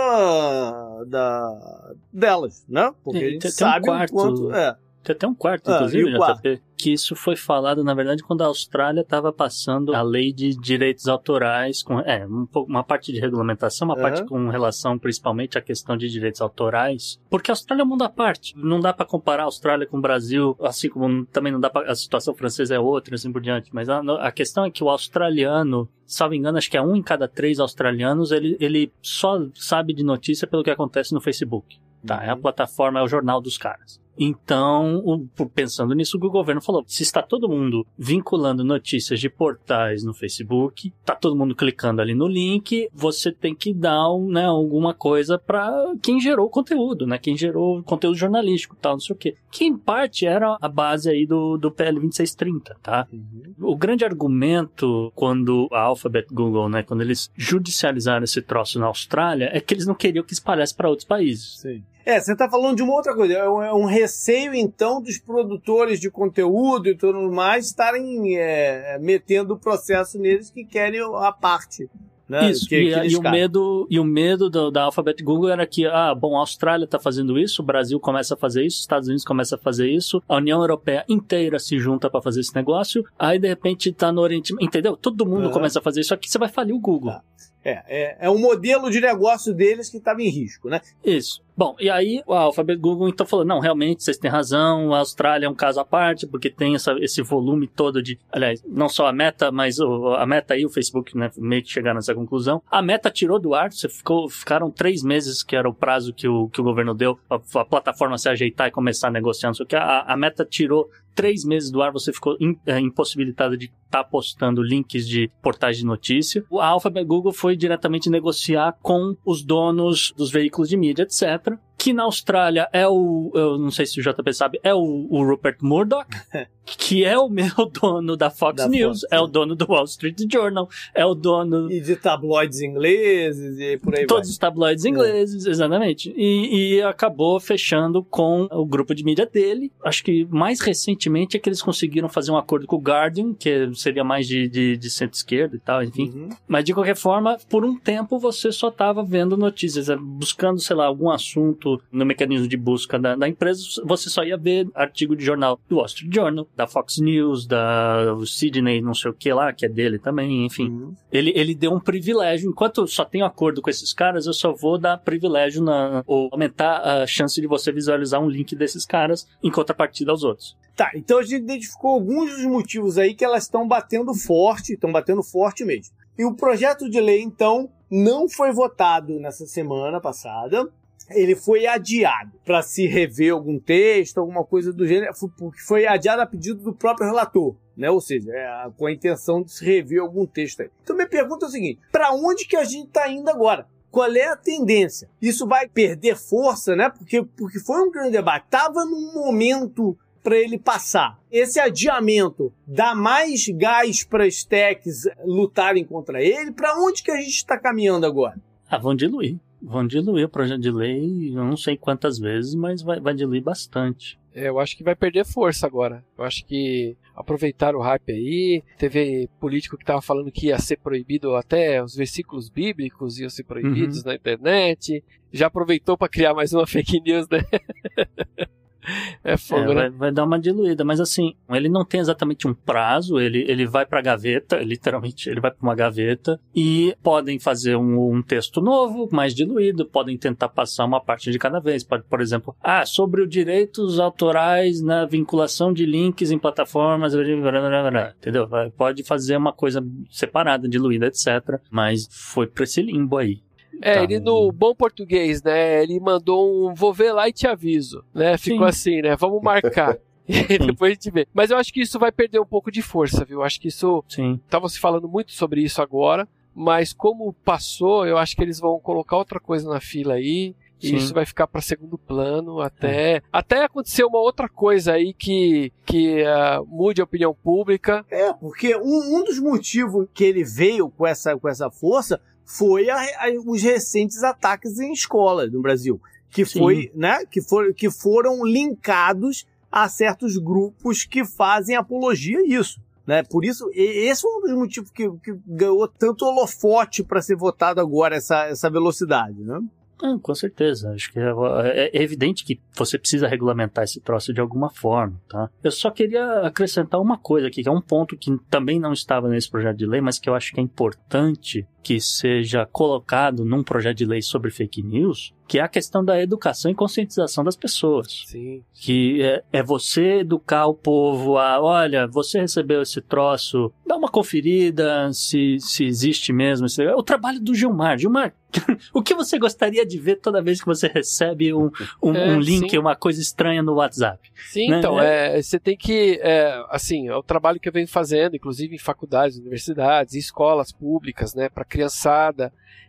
da, da delas, né? Porque tem, a gente tem sabe um quarto, o quanto... É. Tem até um quarto, Ah, inclusive, J P, P, que isso foi falado, na verdade, quando a Austrália estava passando a lei de direitos autorais, com, é, um, uma parte de regulamentação, uma uhum. parte com relação principalmente à questão de direitos autorais, porque a Austrália é um mundo à parte. Não dá para comparar a Austrália com o Brasil, assim como também não dá pra, a situação francesa é outra, assim por diante, mas a, a questão é que o australiano, salvo engano, acho que é um em cada três australianos, ele, ele só sabe de notícia pelo que acontece no Facebook. Tá, uhum. É a plataforma, é o jornal dos caras. Então, o, pensando nisso, o governo falou, se está todo mundo vinculando notícias de portais no Facebook, está todo mundo clicando ali no link, você tem que dar, né, alguma coisa para quem gerou o conteúdo, né, quem gerou conteúdo jornalístico, tal, não sei o quê. Que em parte era a base aí do, do P L vinte e seis trinta, tá? Uhum. O grande argumento quando a Alphabet Google, né, quando eles judicializaram esse troço na Austrália, é que eles não queriam que espalhasse para outros países. Sim. É, você está falando de uma outra coisa, é um, é um receio, então, dos produtores de conteúdo e tudo mais estarem é, metendo o processo neles que querem a parte. Né? Isso, que, e, que e, o medo, e o medo do, da Alphabet Google era que, ah, bom, a Austrália está fazendo isso, o Brasil começa a fazer isso, os Estados Unidos começa a fazer isso, a União Europeia inteira se junta para fazer esse negócio, aí de repente está no Oriente, entendeu? Todo mundo uhum. começa a fazer isso aqui, você vai falir o Google. Tá. É, é, é o modelo de negócio deles que estava em risco, né? Isso. Bom, e aí a Alphabet Google então falou, não, realmente, vocês têm razão, a Austrália é um caso à parte, porque tem essa, esse volume todo de, aliás, não só a Meta, mas o, a Meta e o Facebook, né, meio que chegaram nessa conclusão. A Meta tirou do ar, você ficou, ficaram três meses, que era o prazo que o, que o governo deu, a, a plataforma se ajeitar e começar a negociar, não sei o que, a, a Meta tirou três meses do ar, você ficou in, é, impossibilitado de estar tá postando links de portais de notícia. A Alphabet Google foi diretamente negociar com os donos dos veículos de mídia, etcétera, que na Austrália é o, eu não sei se o J P sabe, é o, o Rupert Murdoch, que é o meu dono da Fox da News, Fox, é o dono do Wall Street Journal, é o dono... E de tabloides ingleses e por aí Todos vai. os tabloides ingleses, é. exatamente. E, e acabou fechando com o grupo de mídia dele. Acho que mais recentemente é que eles conseguiram fazer um acordo com o Guardian, que seria mais de, de, de centro-esquerda e tal, enfim. Uhum. Mas de qualquer forma, por um tempo você só estava vendo notícias, buscando, sei lá, algum assunto no mecanismo de busca da, da empresa, você só ia ver artigo de jornal do Wall Street Journal, da Fox News, da Sydney, não sei o que lá, que é dele também, enfim. Uhum. Ele, ele deu um privilégio, enquanto eu só tenho acordo com esses caras, eu só vou dar privilégio, na, ou aumentar a chance de você visualizar um link desses caras em contrapartida aos outros. Tá, então a gente identificou alguns dos motivos aí que elas estão batendo forte, estão batendo forte mesmo. E o projeto de lei, então, não foi votado nessa semana passada. Ele foi adiado para se rever algum texto, alguma coisa do gênero, porque foi adiado a pedido do próprio relator, né? Ou seja, é, com a intenção de se rever algum texto aí. Então, minha pergunta é o seguinte, para onde que a gente está indo agora? Qual é a tendência? Isso vai perder força, né? Porque, porque foi um grande debate. Estava num momento para ele passar. Esse adiamento dá mais gás para as techs lutarem contra ele? Para onde que a gente está caminhando agora? Ah, vão diluir. Vão diluir o projeto de lei, eu não sei quantas vezes, mas vai, vai diluir bastante. É, eu acho que vai perder força agora. Eu acho que aproveitaram o hype aí. Teve político que estava falando que ia ser proibido, até os versículos bíblicos iam ser proibidos uhum. na internet. Já aproveitou para criar mais uma fake news, né? É fogo, é, né? Vai, vai dar uma diluída, mas assim, ele não tem exatamente um prazo, ele, ele vai pra gaveta, literalmente, ele vai pra uma gaveta, e podem fazer um, um texto novo, mais diluído, podem tentar passar uma parte de cada vez, pode, por exemplo, ah, sobre os direitos autorais na vinculação de links em plataformas, entendeu? Pode fazer uma coisa separada, diluída, etcétera, mas foi pra esse limbo aí. É, tá. Ele no bom português, né, ele mandou um vou ver lá e te aviso, né, ficou Sim. assim, né, vamos marcar. E depois a gente vê. Mas eu acho que isso vai perder um pouco de força, viu? Eu acho que isso... Sim. Tava se falando muito sobre isso agora, mas como passou, eu acho que eles vão colocar outra coisa na fila aí, e Sim. isso vai ficar para segundo plano até, é. até acontecer uma outra coisa aí que, que uh, mude a opinião pública. É, porque um, um dos motivos que ele veio com essa, com essa força foi a, a, os recentes ataques em escolas no Brasil, que, foi, né, que, for, que foram linkados a certos grupos que fazem apologia a isso. né? Por isso, esse foi um dos motivos que, que ganhou tanto holofote para ser votado agora, essa, essa velocidade, né? Ah, com certeza. Acho que é, é evidente que você precisa regulamentar esse troço de alguma forma, tá? Eu só queria acrescentar uma coisa aqui, que é um ponto que também não estava nesse projeto de lei, mas que eu acho que é importante que seja colocado num projeto de lei sobre fake news, que é a questão da educação e conscientização das pessoas. Sim. Que é, é você educar o povo a, olha, você recebeu esse troço, dá uma conferida se, se existe mesmo. Se, é o trabalho do Gilmar. Gilmar, o que você gostaria de ver toda vez que você recebe um, um, é, um link, sim. uma coisa estranha no WhatsApp? Sim, né? Então, é, você tem que, é, assim, é o trabalho que eu venho fazendo, inclusive em faculdades, universidades, escolas públicas, né, para criançada,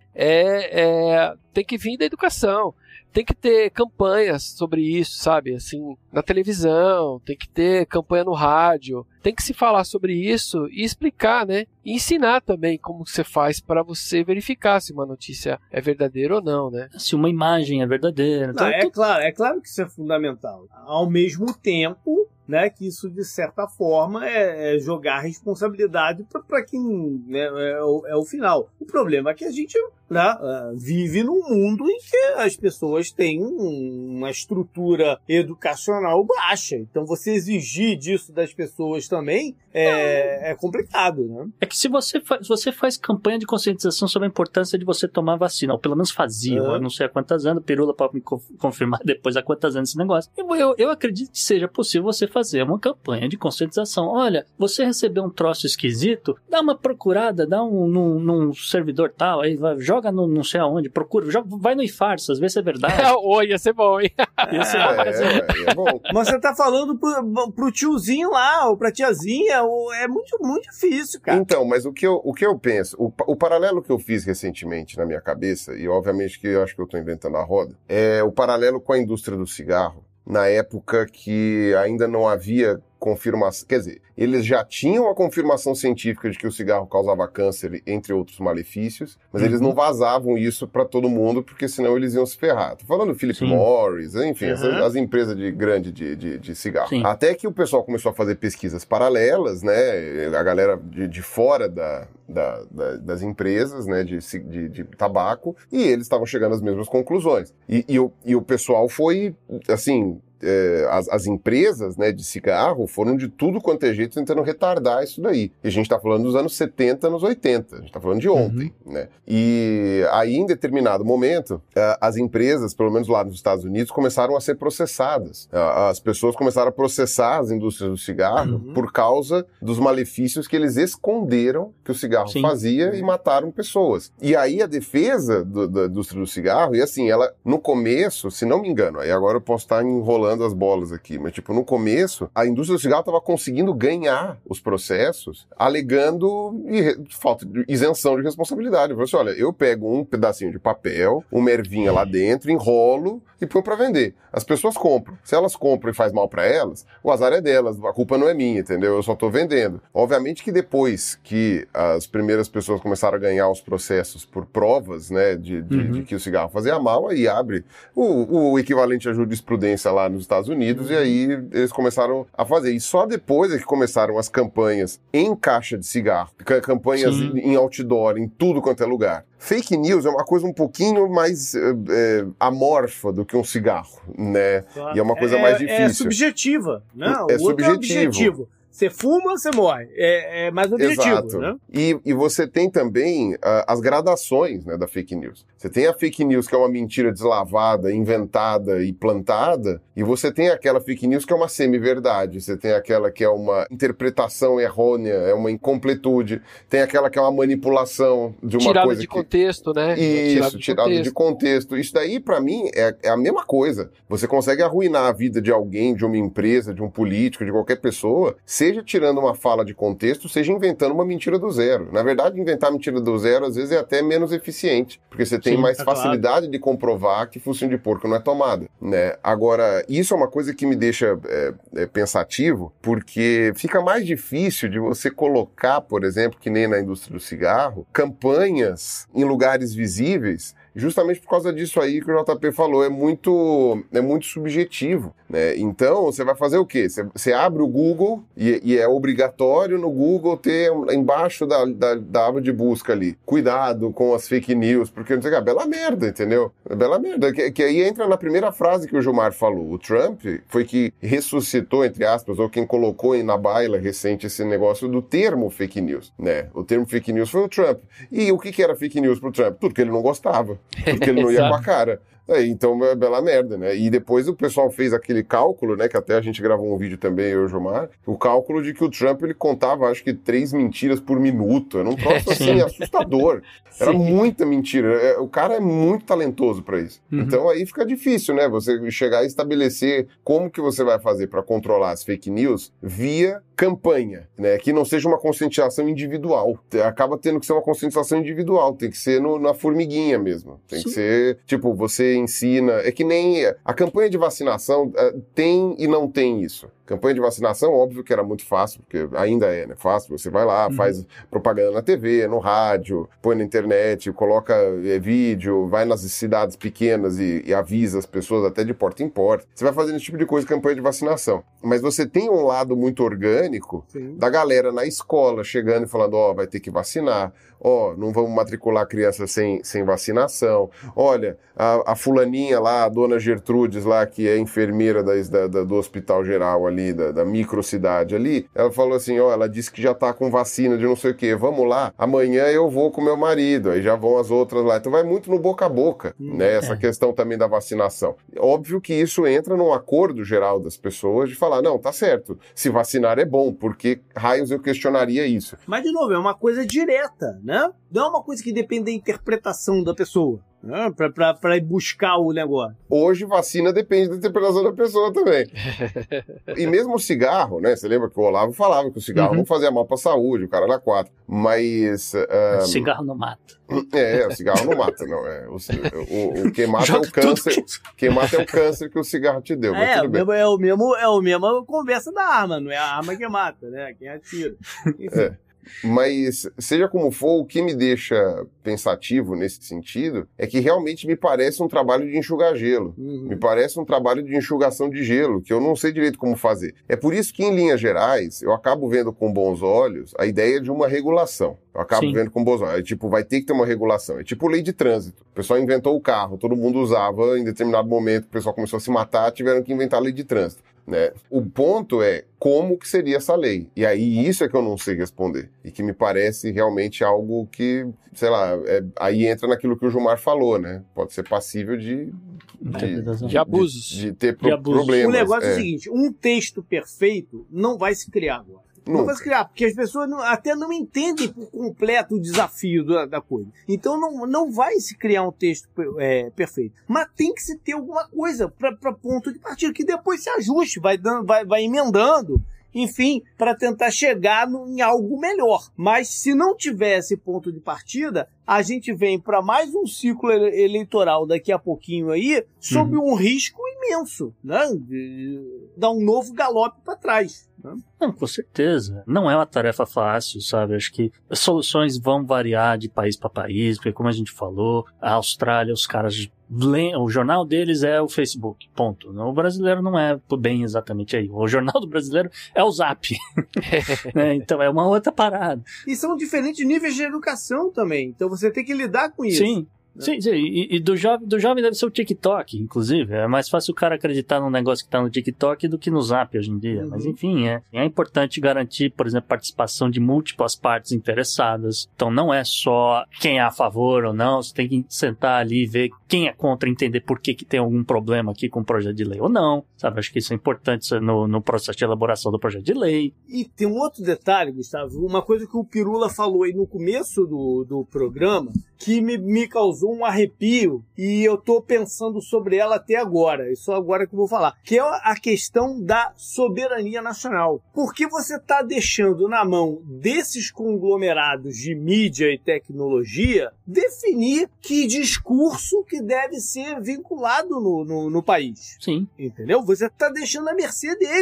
é, é, tem que vir da educação, tem que ter campanhas sobre isso, sabe, assim, na televisão, tem que ter campanha no rádio, tem que se falar sobre isso e explicar, né, e ensinar também como você faz para você verificar se uma notícia é verdadeira ou não, né. Se uma imagem é verdadeira. Não, é, claro, é claro que isso é fundamental. Ao mesmo tempo, né, que isso, de certa forma, é, é jogar responsabilidade para quem, né, é, o, é o final. O problema é que a gente, né, vive num mundo em que as pessoas têm uma estrutura educacional baixa. Então, você exigir disso das pessoas também é, é complicado, né? É que se você, faz, você faz campanha de conscientização sobre a importância de você tomar vacina, ou pelo menos fazia, uhum. eu não sei há quantos anos, Pirula pode me confirmar depois há quantos anos esse negócio. Eu, eu, eu acredito que seja possível você fazer uma campanha de conscientização. Olha, você recebeu um troço esquisito, dá uma procurada, dá um num, num servidor tal, aí vai, joga no não sei aonde, procura, joga, vai no iFarsas, vê se é verdade. Oi, ia ser bom, hein? Ia ser bom. É, é, é bom. Mas você tá falando pro, pro tiozinho lá, ou pra tiazinha, ou é muito, muito difícil, cara. Então, mas o que eu, o que eu penso, o, o paralelo que eu fiz recentemente na minha cabeça, e obviamente que eu acho que eu tô inventando a roda, é o paralelo com a indústria do cigarro, na época que ainda não havia confirmação, quer dizer, eles já tinham a confirmação científica de que o cigarro causava câncer, entre outros malefícios, mas uhum. eles não vazavam isso para todo mundo, porque senão eles iam se ferrar. Tô falando do Philip Sim. Morris, enfim, uhum. essas, as empresas de grande de, de, de cigarro. Sim. Até que o pessoal começou a fazer pesquisas paralelas, né, a galera de, de fora da, da, da, das empresas, né, de, de, de tabaco, e eles estavam chegando às mesmas conclusões. E, e, o, e o pessoal foi, assim... É, as, as empresas, né, de cigarro foram de tudo quanto é jeito tentando retardar isso daí. E a gente tá falando dos anos setenta, anos oitenta. A gente tá falando de ontem, uhum. né? E aí, em determinado momento, as empresas, pelo menos lá nos Estados Unidos, começaram a ser processadas. As pessoas começaram a processar as indústrias do cigarro uhum. por causa dos malefícios que eles esconderam que o cigarro Sim. fazia e mataram pessoas. E aí a defesa do, da indústria do cigarro, e assim, ela, no começo, se não me engano, aí agora eu posso estar enrolando as bolas aqui, mas tipo, no começo, a indústria do cigarro estava conseguindo ganhar os processos, alegando falta de isenção de responsabilidade. Eu falei assim, olha, eu pego um pedacinho de papel, uma ervinha lá dentro, enrolo e põe para vender. As pessoas compram. Se elas compram e faz mal para elas, o azar é delas, a culpa não é minha, entendeu? Eu só tô vendendo. Obviamente que depois que as primeiras pessoas começaram a ganhar os processos por provas, né, de, de, uhum. de que o cigarro fazia mal, aí abre o, o equivalente à jurisprudência lá nos Estados Unidos, e aí eles começaram a fazer. E só depois é que começaram as campanhas em caixa de cigarro, campanhas Sim. em outdoor, em tudo quanto é lugar. Fake news é uma coisa um pouquinho mais é, amorfa do que um cigarro, né? Claro. E é uma coisa é, mais difícil. É subjetiva, não? É o subjetivo. É objetivo. Você fuma, você morre. É, é mais objetivo, Exato. Né? E, e você tem também uh, as gradações, né, da fake news. Você tem a fake news que é uma mentira deslavada, inventada e plantada, e você tem aquela fake news que é uma semi-verdade. Você tem aquela que é uma interpretação errônea, é uma incompletude. Tem aquela que é uma manipulação de uma tirada coisa de que... contexto, né? Isso, tirada de, de contexto. Isso daí, pra mim, é, é a mesma coisa. Você consegue arruinar a vida de alguém, de uma empresa, de um político, de qualquer pessoa, seja tirando uma fala de contexto, seja inventando uma mentira do zero. Na verdade, inventar mentira do zero, às vezes, é até menos eficiente, porque você tem Sim, mais é facilidade claro. de comprovar que focinho de porco não é tomada, né? Agora, isso é uma coisa que me deixa é, é, pensativo, porque fica mais difícil de você colocar, por exemplo, que nem na indústria do cigarro, campanhas em lugares visíveis, justamente por causa disso aí que o J P falou, é muito, é muito subjetivo. né? Então, você vai fazer o quê? Você, você abre o Google e, e é obrigatório no Google ter embaixo da, da, da aba de busca ali, cuidado com as fake news, porque não sei o que, é bela merda, entendeu? É bela merda, que, que aí entra na primeira frase que o Gilmar falou. O Trump foi que ressuscitou, entre aspas, ou quem colocou na baila recente esse negócio do termo fake news, né? O termo fake news foi o Trump. E o que, que era fake news pro Trump? Tudo que ele não gostava, tudo que ele não ia com a cara. É, então é bela merda, né? E depois o pessoal fez aquele cálculo, né? Que até a gente gravou um vídeo também, eu e o Gilmar, o cálculo de que o Trump, ele contava, acho que, três mentiras por minuto. Era um troço, assim, assustador. Era Sim. muita mentira. O cara é muito talentoso pra isso. Uhum. Então aí fica difícil, né? Você chegar e estabelecer como que você vai fazer pra controlar as fake news via campanha, né? Que não seja uma conscientização individual. Acaba tendo que ser uma conscientização individual. Tem que ser no, na formiguinha mesmo. Tem Sim. que ser, tipo, você ensina... É que nem... A campanha de vacinação uh, tem e não tem isso. Campanha de vacinação, óbvio que era muito fácil, porque ainda é, né? Fácil. Você vai lá, uhum. faz propaganda na T V, no rádio, põe na internet, coloca é, vídeo, vai nas cidades pequenas e, e avisa as pessoas até de porta em porta. Você vai fazendo esse tipo de coisa, campanha de vacinação. Mas você tem um lado muito orgânico Sim. da galera na escola chegando e falando, ó, oh, vai ter que vacinar, ó, oh, não vamos matricular criança sem, sem vacinação, olha, a, a fulaninha lá, a dona Gertrudes lá, que é enfermeira da, da, da, do hospital geral ali, da, da microcidade ali, ela falou assim, ó, oh, ela disse que já tá com vacina de não sei o quê, vamos lá, amanhã eu vou com meu marido, aí já vão as outras lá, então vai muito no boca a boca, hum, né, essa é. questão também da vacinação. Óbvio que isso entra num acordo geral das pessoas de falar, não, tá certo, se vacinar é bom, porque raios eu questionaria isso. Mas, de novo, é uma coisa direta, né? Não é uma coisa que depende da interpretação da pessoa. Né? Pra, pra, pra ir buscar o negócio. Hoje, vacina depende da interpretação da pessoa também. E mesmo o cigarro, né? Você lembra que o Olavo falava que o cigarro uhum. não fazia mal pra saúde, o cara era quatro. Mas... Um... Cigarro não mata. É, o cigarro não mata, não. É. O, o, o que mata é o câncer. Que... Quem mata é o câncer que o cigarro te deu. É, tudo bem. é o mesmo, é o mesmo conversa da arma, não é a arma que mata, né? Quem atira. Enfim. É. Mas, seja como for, o que me deixa pensativo nesse sentido é que realmente me parece um trabalho de enxugar gelo. Uhum. Me parece um trabalho de enxugação de gelo, que eu não sei direito como fazer. É por isso que, em linhas gerais, eu acabo vendo com bons olhos a ideia de uma regulação. Eu acabo Sim. vendo com bons olhos. É tipo, vai ter que ter uma regulação. É tipo lei de trânsito. O pessoal inventou o carro, todo mundo usava, em determinado momento o pessoal começou a se matar, tiveram que inventar a lei de trânsito. Né? O ponto é como que seria essa lei. E aí isso é que eu não sei responder. E que me parece realmente algo que, sei lá, é, aí entra naquilo que o Gilmar falou, né? Pode ser passível de... De, de, de abusos. De, de ter pro, de abusos. problemas. O negócio é. é o é. seguinte, um texto perfeito não vai se criar agora. Não vai se criar, porque as pessoas não, até não entendem por completo o desafio da, da coisa. Então não, não vai se criar um texto é, perfeito. Mas tem que se ter alguma coisa para ponto de partida, que depois se ajuste, vai, dando, vai, vai emendando, enfim, para tentar chegar no, em algo melhor. Mas se não tivesse ponto de partida, a gente vem para mais um ciclo eleitoral daqui a pouquinho aí, sob uhum. um risco imenso, né? De dar um novo galope para trás. Né? Não, com certeza. Não é uma tarefa fácil, sabe? Acho que as soluções vão variar de país para país, porque como a gente falou, a Austrália, os caras... O jornal deles é o Facebook, ponto. O brasileiro não é bem exatamente aí. O jornal do brasileiro é o Zap. Né? Então é uma outra parada. E são diferentes níveis de educação também. Então você tem que lidar com isso. Sim. Sim, sim, e, e do, jovem, do jovem deve ser o TikTok, inclusive. É mais fácil o cara acreditar num negócio que tá no TikTok do que no Zap hoje em dia. Uhum. Mas enfim, é, é importante garantir, por exemplo, participação de múltiplas partes interessadas. Então não é só quem é a favor ou não, você tem que sentar ali e ver quem é contra, entender por que, que tem algum problema aqui com o projeto de lei ou não. Sabe, acho que isso é importante no, no processo de elaboração do projeto de lei. E tem um outro detalhe, Gustavo, uma coisa que o Pirula falou aí no começo do, do programa, que me, me causou um arrepio e eu tô pensando sobre ela até agora, e só agora que eu vou falar, que é a questão da soberania nacional. Porque você tá deixando na mão desses conglomerados de mídia e tecnologia definir que discurso que deve ser vinculado no, no, no país. Sim. Entendeu? Você tá deixando à mercê deles.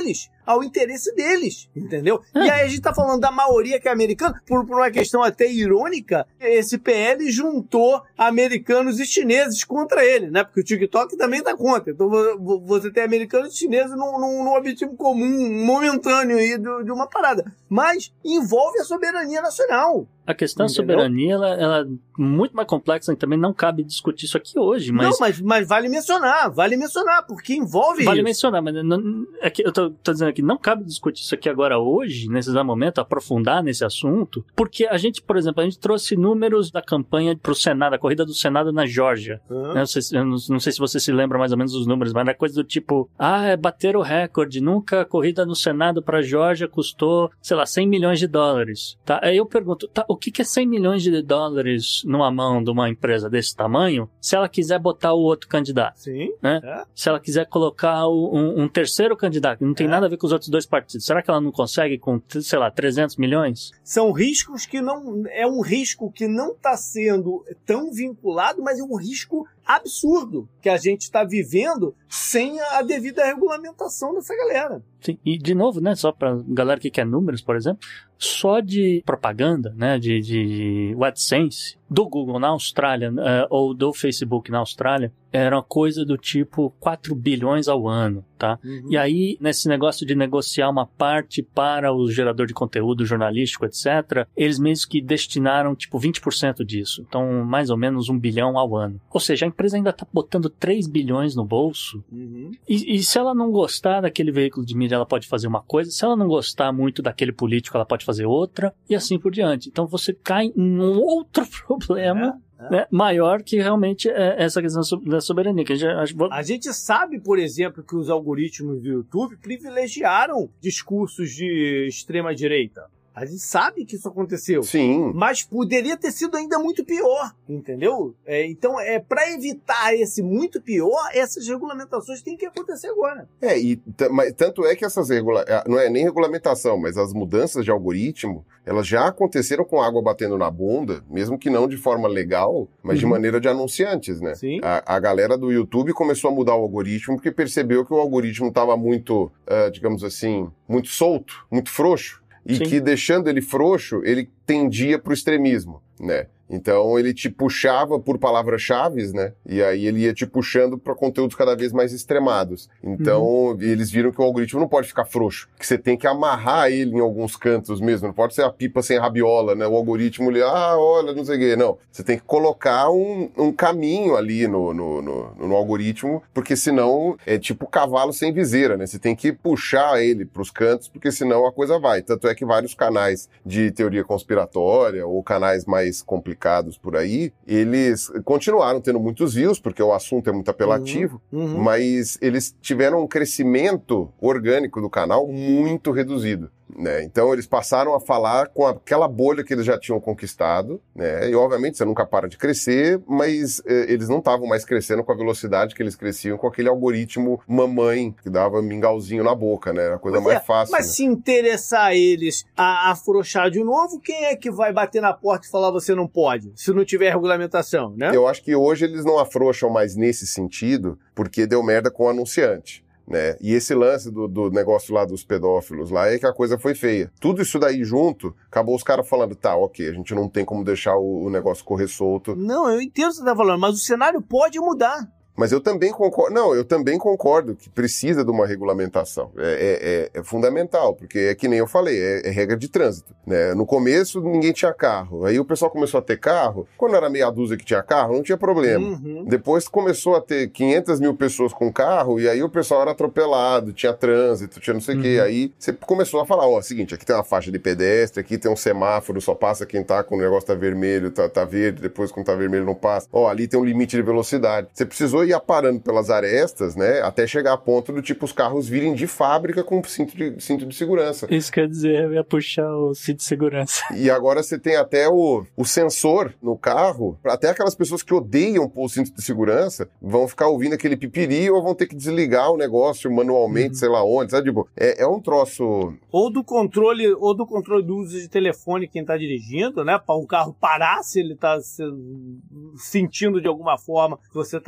ao interesse deles, entendeu? E aí a gente tá falando da maioria que é americana, por, por uma questão até irônica, esse P L juntou americanos e chineses contra ele, né? Porque o TikTok também tá contra. Então você tem americanos e chineses num, num, num objetivo comum, momentâneo aí de, de uma parada. Mas envolve a soberania nacional. A questão Entendeu? da soberania, ela, ela é muito mais complexa e também não cabe discutir isso aqui hoje. Mas... Não, mas, mas vale mencionar, vale mencionar, porque envolve Vale isso. mencionar, mas não, é que eu tô, tô dizendo aqui, não cabe discutir isso aqui agora hoje, nesse exato momento, aprofundar nesse assunto, porque a gente, por exemplo, a gente trouxe números da campanha pro Senado, a corrida do Senado na Geórgia. Uhum. Não, sei, eu não, não sei se você se lembra mais ou menos dos números, mas era coisa do tipo, ah, é bater o recorde, nunca a corrida no Senado pra Geórgia custou, sei lá, cem milhões de dólares. Tá? Aí eu pergunto, tá, o que, que é cem milhões de dólares numa mão de uma empresa desse tamanho, se ela quiser botar o outro candidato? Sim. Né? É. Se ela quiser colocar o, um, um terceiro candidato, que não tem é. nada a ver com os outros dois partidos, será que ela não consegue com, sei lá, trezentos milhões? São riscos que não... É um risco que não está sendo tão vinculado, mas é um risco absurdo que a gente está vivendo sem a devida regulamentação dessa galera. Sim, e de novo, né, só para galera que quer números, por exemplo, só de propaganda, né, de, de AdSense do Google na Austrália uh, ou do Facebook na Austrália, era uma coisa do tipo quatro bilhões ao ano, tá? Uhum. E aí, nesse negócio de negociar uma parte para o gerador de conteúdo jornalístico, etcétera, eles mesmos que destinaram, tipo, vinte por cento disso. Então, mais ou menos um bilhão ao ano. Ou seja, a empresa ainda está botando três bilhões no bolso. Uhum. E, e se ela não gostar daquele veículo de mídia, ela pode fazer uma coisa. Se ela não gostar muito daquele político, ela pode fazer outra. E assim por diante. Então, você cai em um outro problema... É. Né, maior que realmente é essa questão da soberania. Que a, gente, a gente sabe, por exemplo, que os algoritmos do YouTube privilegiaram discursos de extrema-direita. A gente sabe que isso aconteceu. Sim. Mas poderia ter sido ainda muito pior, entendeu? É, então, é, para evitar esse muito pior, essas regulamentações têm que acontecer agora. É, e t- mas, tanto é que essas regula- não é nem regulamentação, mas as mudanças de algoritmo, elas já aconteceram com água batendo na bunda, mesmo que não de forma legal, mas uhum. de maneira de anunciantes, né? Sim. A, a galera do YouTube começou a mudar o algoritmo porque percebeu que o algoritmo estava muito, uh, digamos assim, muito solto, muito frouxo. E Sim. que deixando ele frouxo, ele tendia pro extremismo, né? Então ele te puxava por palavras-chave, né? E aí ele ia te puxando para conteúdos cada vez mais extremados. Então uhum. eles viram que o algoritmo não pode ficar frouxo, que você tem que amarrar ele em alguns cantos mesmo. Não pode ser a pipa sem rabiola, né? O algoritmo ali, ah, olha, não sei o quê. Não, você tem que colocar um, um caminho ali no, no, no, no algoritmo, porque senão é tipo cavalo sem viseira, né? Você tem que puxar ele pros cantos, porque senão a coisa vai. Tanto é que vários canais de teoria conspiratória ou canais mais complicados por aí, eles continuaram tendo muitos views, porque o assunto é muito apelativo, uhum, uhum. mas eles tiveram um crescimento orgânico do canal muito reduzido. Né? Então eles passaram a falar com aquela bolha que eles já tinham conquistado, né? E obviamente você nunca para de crescer, mas eh, eles não estavam mais crescendo com a velocidade que eles cresciam com aquele algoritmo mamãe que dava mingauzinho na boca, né? Era a coisa mas mais é, fácil. Mas né? se interessar eles a afrouxar de novo, quem é que vai bater na porta e falar você não pode, se não tiver regulamentação, né? Eu acho que hoje eles não afrouxam mais nesse sentido, porque deu merda com o anunciante. Né? E esse lance do, do negócio lá dos pedófilos lá é que a coisa foi feia. Tudo isso daí junto, acabou os caras falando, tá, ok, a gente não tem como deixar o, o negócio correr solto. Não, eu entendo o que você tá falando, mas o cenário pode mudar. Mas eu também concordo, não, eu também concordo que precisa de uma regulamentação. É, é, é fundamental, porque é que nem eu falei, é, é regra de trânsito. Né? No começo ninguém tinha carro, aí o pessoal começou a ter carro, quando era meia dúzia que tinha carro, não tinha problema. Uhum. Depois começou a ter quinhentas mil pessoas com carro, e aí o pessoal era atropelado, tinha trânsito, tinha não sei o uhum. quê. Aí você começou a falar, ó, seguinte, aqui tem uma faixa de pedestre, aqui tem um semáforo, só passa quem tá com o negócio tá vermelho, tá, tá verde, depois quando tá vermelho não passa. Ó, ali tem um limite de velocidade. Você precisou ia parando pelas arestas, né, até chegar a ponto do tipo os carros virem de fábrica com cinto de, cinto de segurança. Isso quer dizer, eu ia puxar o cinto de segurança. E agora você tem até o, o sensor no carro, até aquelas pessoas que odeiam pôr o cinto de segurança vão ficar ouvindo aquele pipiri ou vão ter que desligar o negócio manualmente, uhum. sei lá onde, sabe? Tipo, é, é um troço... Ou do controle, ou do controle do uso de telefone quem tá dirigindo, né, para o carro parar se ele tá se, sentindo de alguma forma que você tá texting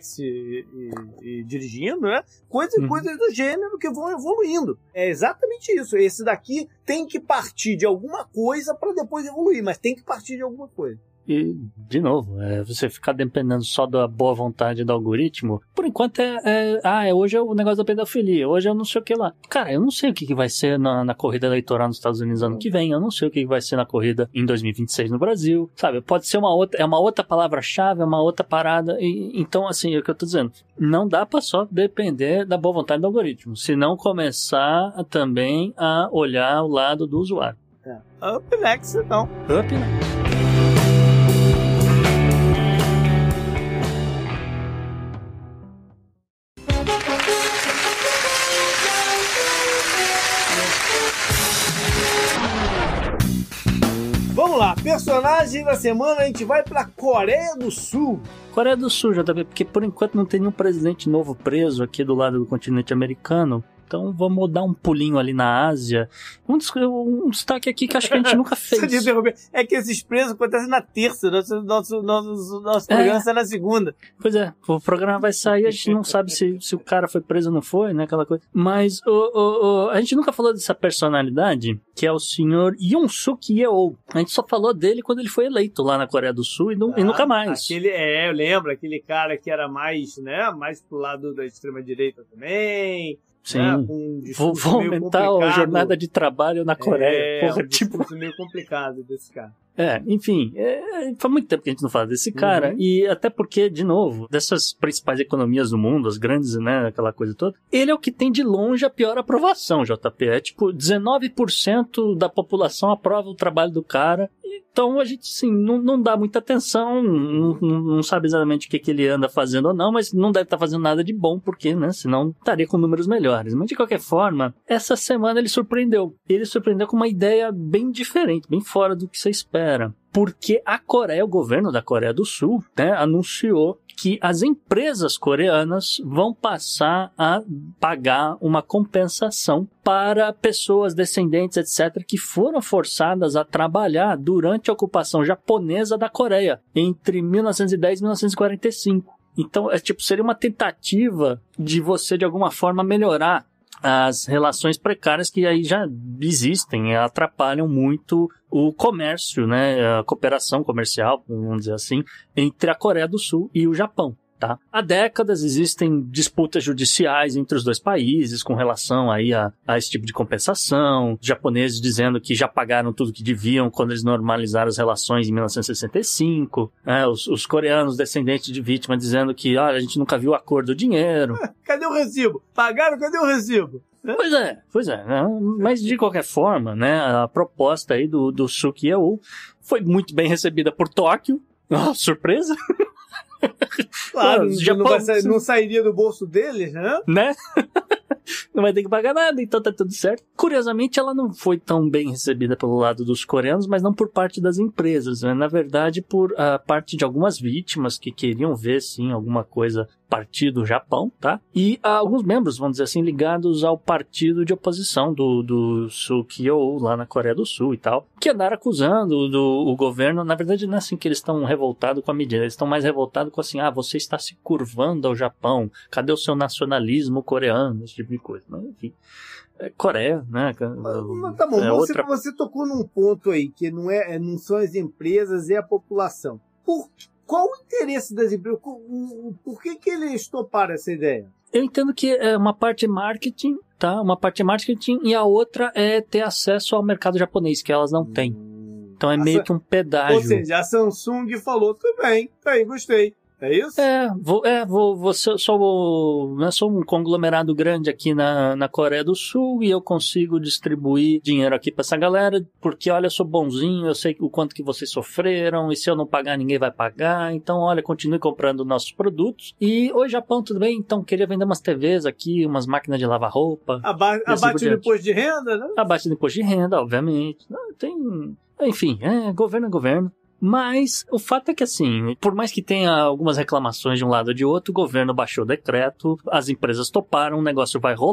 táxi e, e, e dirigindo, né? Coisa, Uhum. Coisas do gênero que vão evoluindo. É exatamente isso. Esse daqui tem que partir de alguma coisa para depois evoluir, mas tem que partir de alguma coisa. E, de novo, é, você ficar dependendo só da boa vontade do algoritmo, por enquanto é, é ah, é, hoje é o negócio da pedofilia, hoje é não sei o que lá. Cara, eu não sei o que, que vai ser na, na corrida eleitoral nos Estados Unidos ano que vem, eu não sei o que, que vai ser na corrida em dois mil e vinte e seis no Brasil, sabe? Pode ser uma outra, é uma outra palavra-chave, é uma outra parada, e, então, assim, é o que eu tô dizendo, não dá pra só depender da boa vontade do algoritmo, se não começar a, também a olhar o lado do usuário. É. Up next, então. Up next. Vamos lá, personagem da semana, a gente vai pra Coreia do Sul. Coreia do Sul, J P, porque por enquanto não tem nenhum presidente novo preso aqui do lado do continente americano. Então vamos dar um pulinho ali na Ásia. Um, um destaque aqui que acho que a gente nunca fez. É que esses presos acontecem na terça, nosso, nosso, nosso, nosso programa é. sai na segunda. Pois é, o programa vai sair, a gente não sabe se, se o cara foi preso ou não foi, né, aquela coisa. Mas o, o, o, a gente nunca falou dessa personalidade, que é o senhor Yoon Suk Yeol. A gente só falou dele quando ele foi eleito lá na Coreia do Sul e, não, ah, e nunca mais. Aquele, é, eu lembro, aquele cara que era mais, né, mais pro lado da extrema-direita também. Sim, né, um vou, vou aumentar a jornada de trabalho na Coreia. É, Porra, um tipo... discurso meio complicado desse cara. É, enfim, é, faz muito tempo que a gente não fala desse cara, uhum. E até porque, de novo, dessas principais economias do mundo, as grandes, né, aquela coisa toda, ele é o que tem de longe a pior aprovação, J P. É tipo, dezenove por cento da população aprova o trabalho do cara, então a gente, sim, não, não dá muita atenção, não, não sabe exatamente o que, que ele anda fazendo ou não, mas não deve estar fazendo nada de bom, porque, né, senão estaria com números melhores. Mas, de qualquer forma, essa semana ele surpreendeu. Ele surpreendeu com uma ideia bem diferente, bem fora do que você espera. Porque a Coreia, o governo da Coreia do Sul, né, anunciou que as empresas coreanas vão passar a pagar uma compensação para pessoas descendentes, etcétera, que foram forçadas a trabalhar durante a ocupação japonesa da Coreia, entre mil novecentos e dez e mil novecentos e quarenta e cinco. Então, é, tipo, seria uma tentativa de você, de alguma forma, melhorar as relações precárias que aí já existem e atrapalham muito o comércio, né, a cooperação comercial, vamos dizer assim, entre a Coreia do Sul e o Japão. Tá? Há décadas existem disputas judiciais entre os dois países com relação aí a, a esse tipo de compensação, os japoneses dizendo que já pagaram tudo que deviam quando eles normalizaram as relações em mil novecentos e sessenta e cinco, né? os, os coreanos descendentes de vítima dizendo que olha, a gente nunca viu a cor do dinheiro. Cadê o recibo? Pagaram, cadê o recibo? Pois é, pois é, né? Mas de qualquer forma, né, a proposta aí do, do Suk Yeol foi muito bem recebida por Tóquio. Oh, surpresa! Claro, Pô, Japão, não, vai sair, não sairia do bolso deles, né? Né? Não vai ter que pagar nada, então tá tudo certo. Curiosamente, ela não foi tão bem recebida pelo lado dos coreanos, mas não por parte das empresas, né? Na verdade, por a parte de algumas vítimas que queriam ver, sim, alguma coisa partir do Japão, tá? E uh, alguns membros, vamos dizer assim, ligados ao partido de oposição do, do Suk Yeol lá na Coreia do Sul e tal, que andaram acusando do, o governo. Na verdade, não é assim que eles estão revoltados com a medida, eles estão mais revoltados com assim, ah, você está se curvando ao Japão, cadê o seu nacionalismo coreano, esse tipo de coisa. Mas, enfim, é Coreia, né? Mas, tá bom, é você, outra... você tocou num ponto aí, que não, é, não são as empresas, é a população. Por Qual o interesse das empresas? Por que, que eles toparam essa ideia? Eu entendo que é uma parte marketing, tá? Uma parte marketing e a outra é ter acesso ao mercado japonês, que elas não têm. Então é a meio Sa- que um pedágio. Ou seja, a Samsung falou, tudo bem, tá aí, gostei. É isso? É, vou, é, vou, vou sou, sou, eu sou um conglomerado grande aqui na, na Coreia do Sul e eu consigo distribuir dinheiro aqui pra essa galera, porque olha, eu sou bonzinho, eu sei o quanto que vocês sofreram e se eu não pagar, ninguém vai pagar, então olha, continue comprando nossos produtos. E oi, Japão, tudo bem? Então queria vender umas T Vs aqui, umas máquinas de lavar roupa. Aba- abate o imposto de renda, né? Abate o imposto de renda, obviamente. Tem, enfim, é, governo é governo. Mas o fato é que, assim, por mais que tenha algumas reclamações de um lado ou de outro, o governo baixou o decreto, as empresas toparam, o negócio vai rolar,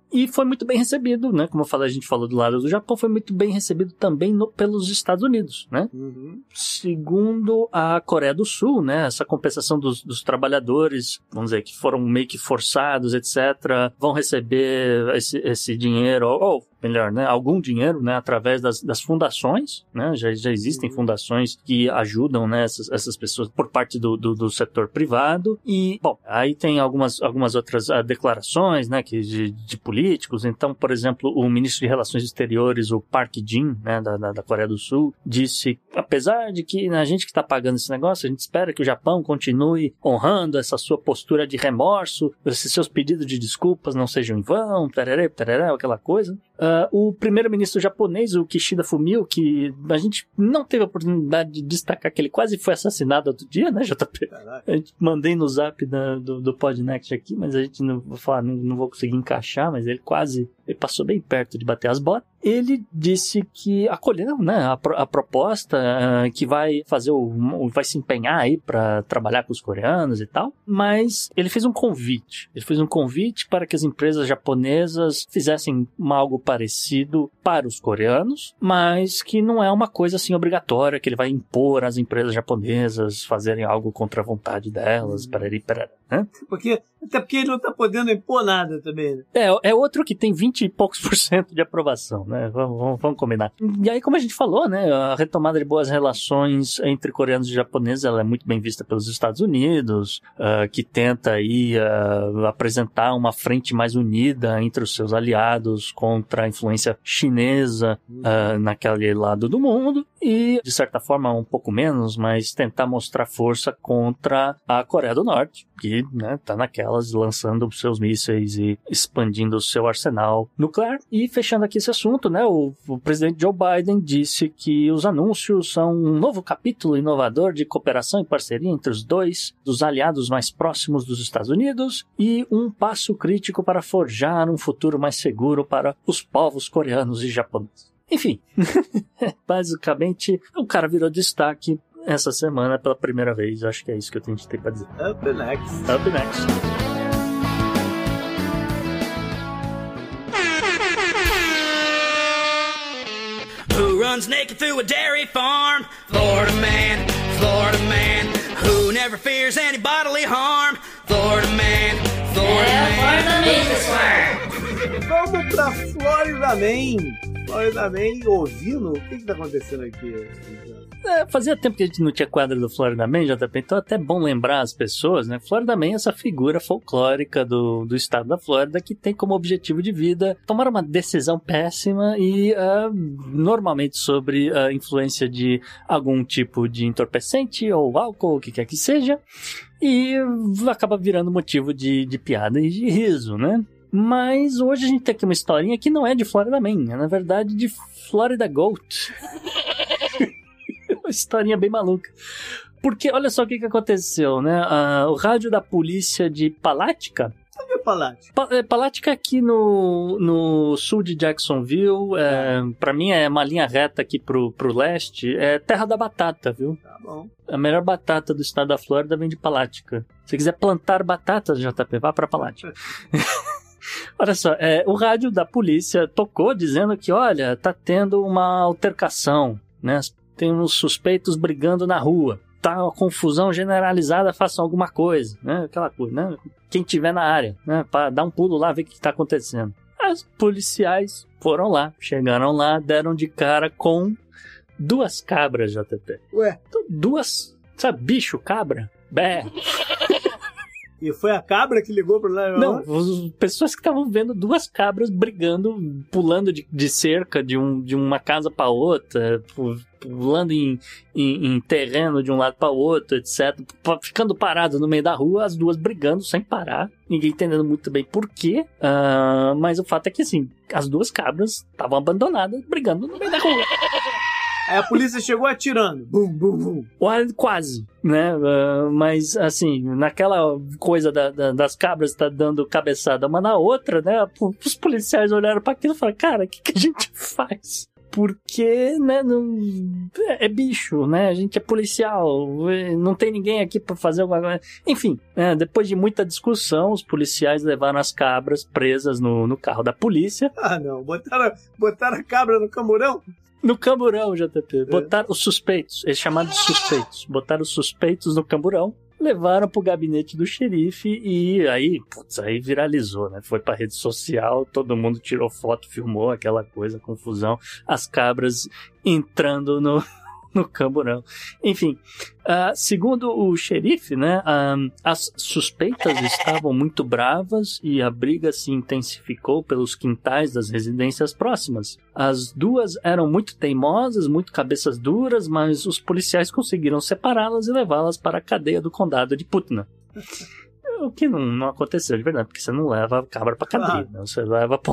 E foi muito bem recebido, né? Como eu falei, a gente falou do lado do Japão, foi muito bem recebido também no, pelos Estados Unidos, né? Uhum. Segundo a Coreia do Sul, né? Essa compensação dos, dos trabalhadores, vamos dizer, que foram meio que forçados, etcétera, vão receber esse, esse dinheiro, ou, ou melhor, né? Algum dinheiro, né? Através das, das fundações, né? Já, já existem uhum. fundações que ajudam, né? Essas, essas pessoas por parte do, do, do setor privado. E, bom, aí tem algumas, algumas outras uh, declarações, né? Que de, de políticos. Então, por exemplo, o ministro de Relações Exteriores, o Park Jin, né, da, da, da Coreia do Sul, disse, apesar de que a gente que está pagando esse negócio, a gente espera que o Japão continue honrando essa sua postura de remorso, esses seus pedidos de desculpas não sejam em vão, tereré, tereré, aquela coisa. Uh, o primeiro-ministro japonês, o Kishida Fumio, que a gente não teve a oportunidade de destacar que ele quase foi assassinado outro dia, né, J P? A gente mandei no zap da, do, do Podnext aqui, mas a gente não vou falar, não, não vou conseguir encaixar, mas ele quase, ele passou bem perto de bater as botas. Ele disse que acolheu, né, a, a proposta uh, que vai fazer o, vai se empenhar aí para trabalhar com os coreanos e tal, mas ele fez um convite. Ele fez um convite para que as empresas japonesas fizessem uma, algo parecido para os coreanos, mas que não é uma coisa assim obrigatória, que ele vai impor às empresas japonesas fazerem algo contra a vontade delas, parari, parari, né? Porque, até porque ele não está podendo impor nada também, né? É, é outro que tem vinte e poucos por cento de aprovação, né? Vamos, vamos, vamos combinar. E aí, como a gente falou, né? A retomada de boas relações entre coreanos e japoneses, ela é muito bem vista pelos Estados Unidos, uh, que tenta aí uh, apresentar uma frente mais unida entre os seus aliados contra a influência chinesa uh, naquele lado do mundo e, de certa forma, um pouco menos, mas tentar mostrar força contra a Coreia do Norte, que, né, tá naquelas lançando os seus mísseis e expandindo o seu arsenal nuclear. E fechando aqui esse assunto, né, o, o presidente Joe Biden disse que os anúncios são um novo capítulo inovador de cooperação e parceria entre os dois, dos aliados mais próximos dos Estados Unidos, e um passo crítico para forjar um futuro mais seguro para os povos coreanos e japoneses. Enfim, basicamente, o cara virou destaque essa semana pela primeira vez. Acho que é isso que eu tenho pra dizer. Up next. Up next. Who runs naked through a dairy farm? Florida man, Florida man. Who never fears any bodily harm? Florida man, Florida é, man. Florida Man. Vamos pra Florida Man. Florida Man ouvindo? O que que tá acontecendo aqui? É, fazia tempo que a gente não tinha quadro do Florida Man, J P, então é até bom lembrar as pessoas, né? Florida Man é essa figura folclórica do, do estado da Flórida que tem como objetivo de vida tomar uma decisão péssima e uh, normalmente sobre a influência de algum tipo de entorpecente ou álcool, o que quer que seja, e acaba virando motivo de, de piada e de riso, né? Mas hoje a gente tem aqui uma historinha que não é de Florida Man, é na verdade de Florida Goat. Uma historinha bem maluca. Porque olha só o que, que aconteceu, né? Uh, o rádio da polícia de Palatka. Onde é Palatka? Pa- é, Palatka aqui no, no sul de Jacksonville. É, pra mim é uma linha reta aqui pro, pro leste. É terra da batata, viu? Tá bom. A melhor batata do estado da Flórida vem de Palatka. Se quiser plantar batatas, J P, vá pra Palatka. Olha só, é, o rádio da polícia tocou dizendo que, olha, tá tendo uma altercação, né? Tem uns suspeitos brigando na rua. Tá uma confusão generalizada, façam alguma coisa, né? Aquela coisa, né? Quem tiver na área, né? Para dar um pulo lá, ver o que tá acontecendo. Os policiais foram lá, chegaram lá, deram de cara com duas cabras, J P. Ué? Duas, sabe, bicho, cabra? Bé. E foi a cabra que ligou para lá? Não, as pessoas que estavam vendo duas cabras brigando, pulando de, de cerca de, um, de uma casa para outra, pulando em, em, em terreno de um lado para outro, etcétera. Ficando parado no meio da rua, as duas brigando sem parar. Ninguém entendendo muito bem por quê. Uh, mas o fato é que, assim, as duas cabras estavam abandonadas, brigando no meio da rua. Aí a polícia chegou atirando. Bum, bum, bum. Quase, né? Uh, mas, assim, naquela coisa da, da, das cabras tá dando cabeçada uma na outra, né? Os policiais olharam para aquilo e falaram, cara, o que, que a gente faz? Porque, né, não, é bicho, né? A gente é policial, não tem ninguém aqui pra fazer alguma coisa. Enfim, né, depois de muita discussão, os policiais levaram as cabras presas no, no carro da polícia. Ah, não. Botaram, botaram a cabra no camburão? No camburão, J P. Botaram é. os suspeitos, eles chamaram de suspeitos. Botaram os suspeitos no camburão, levaram pro gabinete do xerife e aí, putz, aí viralizou, né? Foi pra rede social, todo mundo tirou foto, filmou aquela coisa, confusão, as cabras entrando no, no camburão. Enfim, uh, segundo o xerife, né, uh, as suspeitas estavam muito bravas e a briga se intensificou pelos quintais das residências próximas. As duas eram muito teimosas, muito cabeças duras, mas os policiais conseguiram separá-las e levá-las para a cadeia do condado de Putna. O que não, não aconteceu de verdade, porque você não leva a cabra para cadeia, ah. né? Você leva para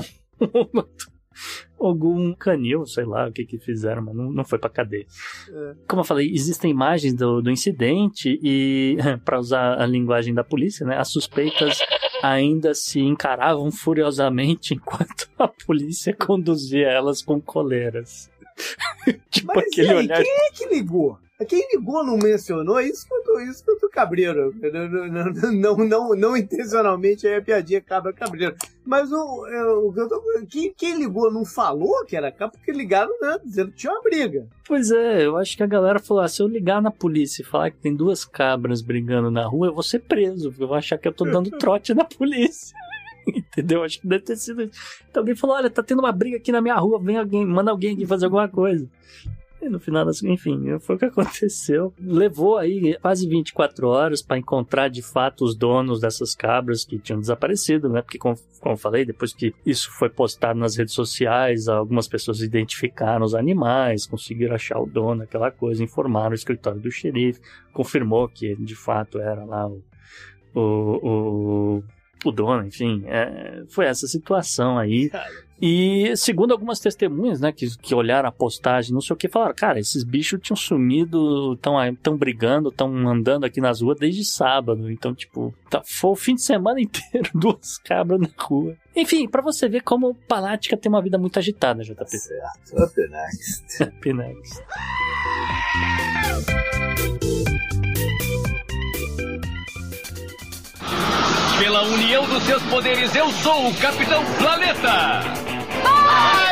algum canil, sei lá o que que fizeram, mas não, não foi pra cadeia. É. Como eu falei, existem imagens do, do incidente e, para usar a linguagem da polícia, né, as suspeitas ainda se encaravam furiosamente enquanto a polícia conduzia elas com coleiras. Tipo mas aquele aí, olhar... quem é que ligou? Quem ligou não mencionou isso que eu tô, isso que eu tô cabreiro. Não, não, não, não, não intencionalmente, aí é piadinha cabra cabreiro. Mas o, o, eu tô, quem, quem ligou não falou que era cabra, porque ligaram, né, dizendo que tinha uma briga. Pois é, eu acho que a galera falou, ah, se eu ligar na polícia e falar que tem duas cabras brigando na rua, eu vou ser preso, porque eu vou achar que eu tô dando trote na polícia. Entendeu? Acho que deve ter sido isso. Então alguém falou, olha, tá tendo uma briga aqui na minha rua, vem alguém, manda alguém aqui fazer alguma coisa. E no final, das... enfim, foi o que aconteceu. Levou aí quase vinte e quatro horas para encontrar de fato os donos dessas cabras que tinham desaparecido, né? Porque, como, como eu falei, depois que isso foi postado nas redes sociais, algumas pessoas identificaram os animais, conseguiram achar o dono, aquela coisa, informaram o escritório do xerife, confirmou que de fato era lá o, o, o, o dono, enfim. É, foi essa situação aí. E segundo algumas testemunhas, né, que, que olharam a postagem, não sei o que, falaram, cara, esses bichos tinham sumido, estão brigando, estão andando aqui nas ruas desde sábado. Então, tipo, tá, foi o fim de semana inteiro, duas cabras na rua. Enfim, pra você ver como Palática tem uma vida muito agitada, J P. Certo, up next. Up next. Pela união dos seus poderes, eu sou o Capitão Planeta! Vai,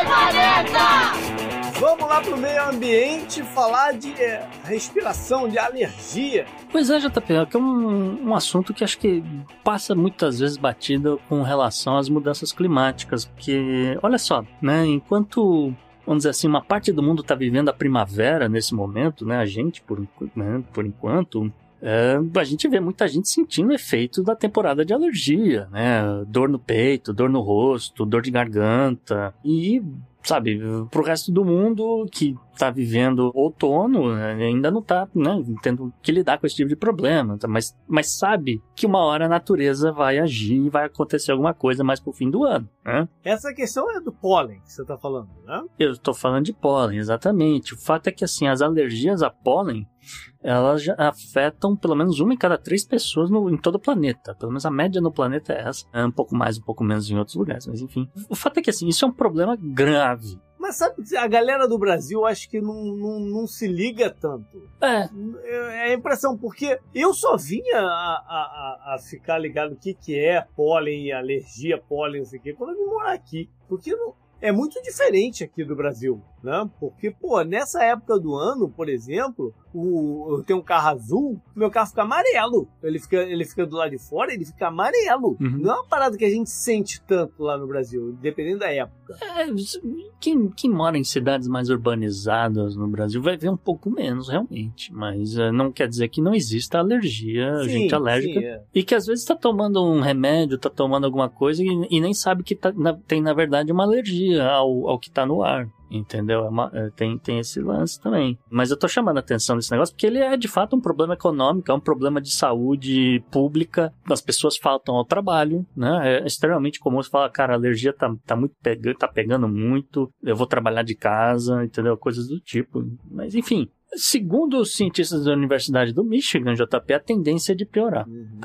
Planeta! Vamos lá pro meio ambiente falar de é, respiração, de alergia. Pois é, J P, que é um, um assunto que acho que passa muitas vezes batido com relação às mudanças climáticas, porque, olha só, né, enquanto... vamos dizer assim, uma parte do mundo está vivendo a primavera nesse momento, né? A gente, por, né, por enquanto, é, a gente vê muita gente sentindo efeito da temporada de alergia, né? Dor no peito, dor no rosto, dor de garganta e, sabe, pro resto do mundo que tá vivendo outono, né, ainda não tá, né, tendo que lidar com esse tipo de problema, tá? mas, mas sabe que uma hora a natureza vai agir e vai acontecer alguma coisa mais pro fim do ano, né? Essa questão é do pólen que você tá falando, né? Eu tô falando de pólen, exatamente. O fato é que, assim, as alergias a pólen, elas já afetam pelo menos uma em cada três pessoas no, em todo o planeta. Pelo menos a média no planeta é essa. É um pouco mais, um pouco menos em outros lugares, mas enfim. O fato é que, assim, isso é um problema grave. Mas sabe, a galera do Brasil acho que não, não, não se liga tanto. É. É a impressão, porque eu só vinha a, a, a ficar ligado o que, que é pólen, alergia, pólen, não sei o que, quando eu vim morar aqui. Porque não, é muito diferente aqui do Brasil, né? Porque, pô, nessa época do ano, por exemplo, o, eu tenho um carro azul, meu carro fica amarelo. Ele fica, ele fica do lado de fora, ele fica amarelo. Uhum. Não é uma parada que a gente sente tanto lá no Brasil, dependendo da época. É, quem, quem mora em cidades mais urbanizadas no Brasil vai ver um pouco menos, realmente. Mas uh, não quer dizer que não exista alergia, sim, gente alérgica. Sim, é. E que às vezes está tomando um remédio, está tomando alguma coisa e, e nem sabe que tá, na, tem, na verdade, uma alergia ao, ao que está no ar. Entendeu? É uma, é, tem, tem esse lance também. Mas eu tô chamando a atenção desse negócio porque ele é de fato um problema econômico, é um problema de saúde pública. As pessoas faltam ao trabalho, né? É extremamente comum você falar, cara, a alergia tá, tá muito pegando, tá pegando muito, eu vou trabalhar de casa, entendeu? Coisas do tipo. Mas enfim. Segundo os cientistas da Universidade do Michigan, J P, a tendência é de piorar, uhum. tá?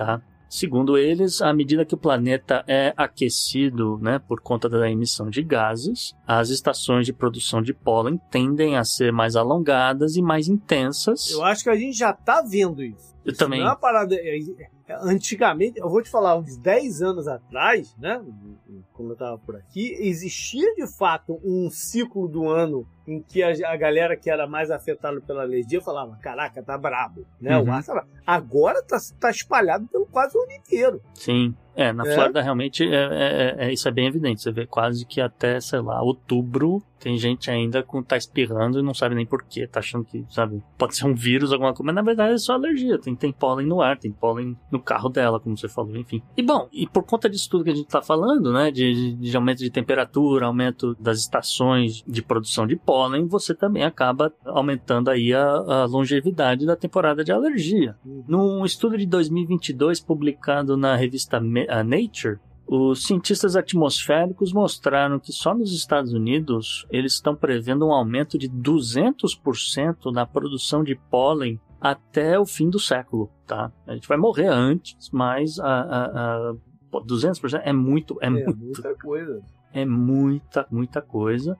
Segundo eles, à medida que o planeta é aquecido, né, por conta da emissão de gases, as estações de produção de pólen tendem a ser mais alongadas e mais intensas. Eu acho que a gente já tá vendo isso. Eu isso também. Não é uma parada... Antigamente, eu vou te falar, uns dez anos atrás, né, como eu tava por aqui, existia de fato um ciclo do ano em que a, a galera que era mais afetada pela alergia falava, caraca, tá brabo, né? Uhum. O ar tá... Agora tá, tá espalhado pelo quase o ano inteiro. Sim, é, na é. Flórida realmente é, é, é, isso é bem evidente, você vê quase que até, sei lá, outubro, tem gente ainda com tá espirrando e não sabe nem porquê, tá achando que, sabe, pode ser um vírus, alguma coisa, mas na verdade é só alergia, tem, tem pólen no ar, tem pólen no carro dela, como você falou, enfim. E bom, e por conta disso tudo que a gente tá falando, né, de, de aumento de temperatura, aumento das estações de produção de pólen, você também acaba aumentando aí a, a longevidade da temporada de alergia. Num estudo de dois mil e vinte e dois publicado na revista Nature, os cientistas atmosféricos mostraram que só nos Estados Unidos eles estão prevendo um aumento de duzentos por cento na produção de pólen até o fim do século, tá? A gente vai morrer antes, mas a, a, a duzentos por cento é muito, é, é muito, muita coisa. É muita, muita coisa.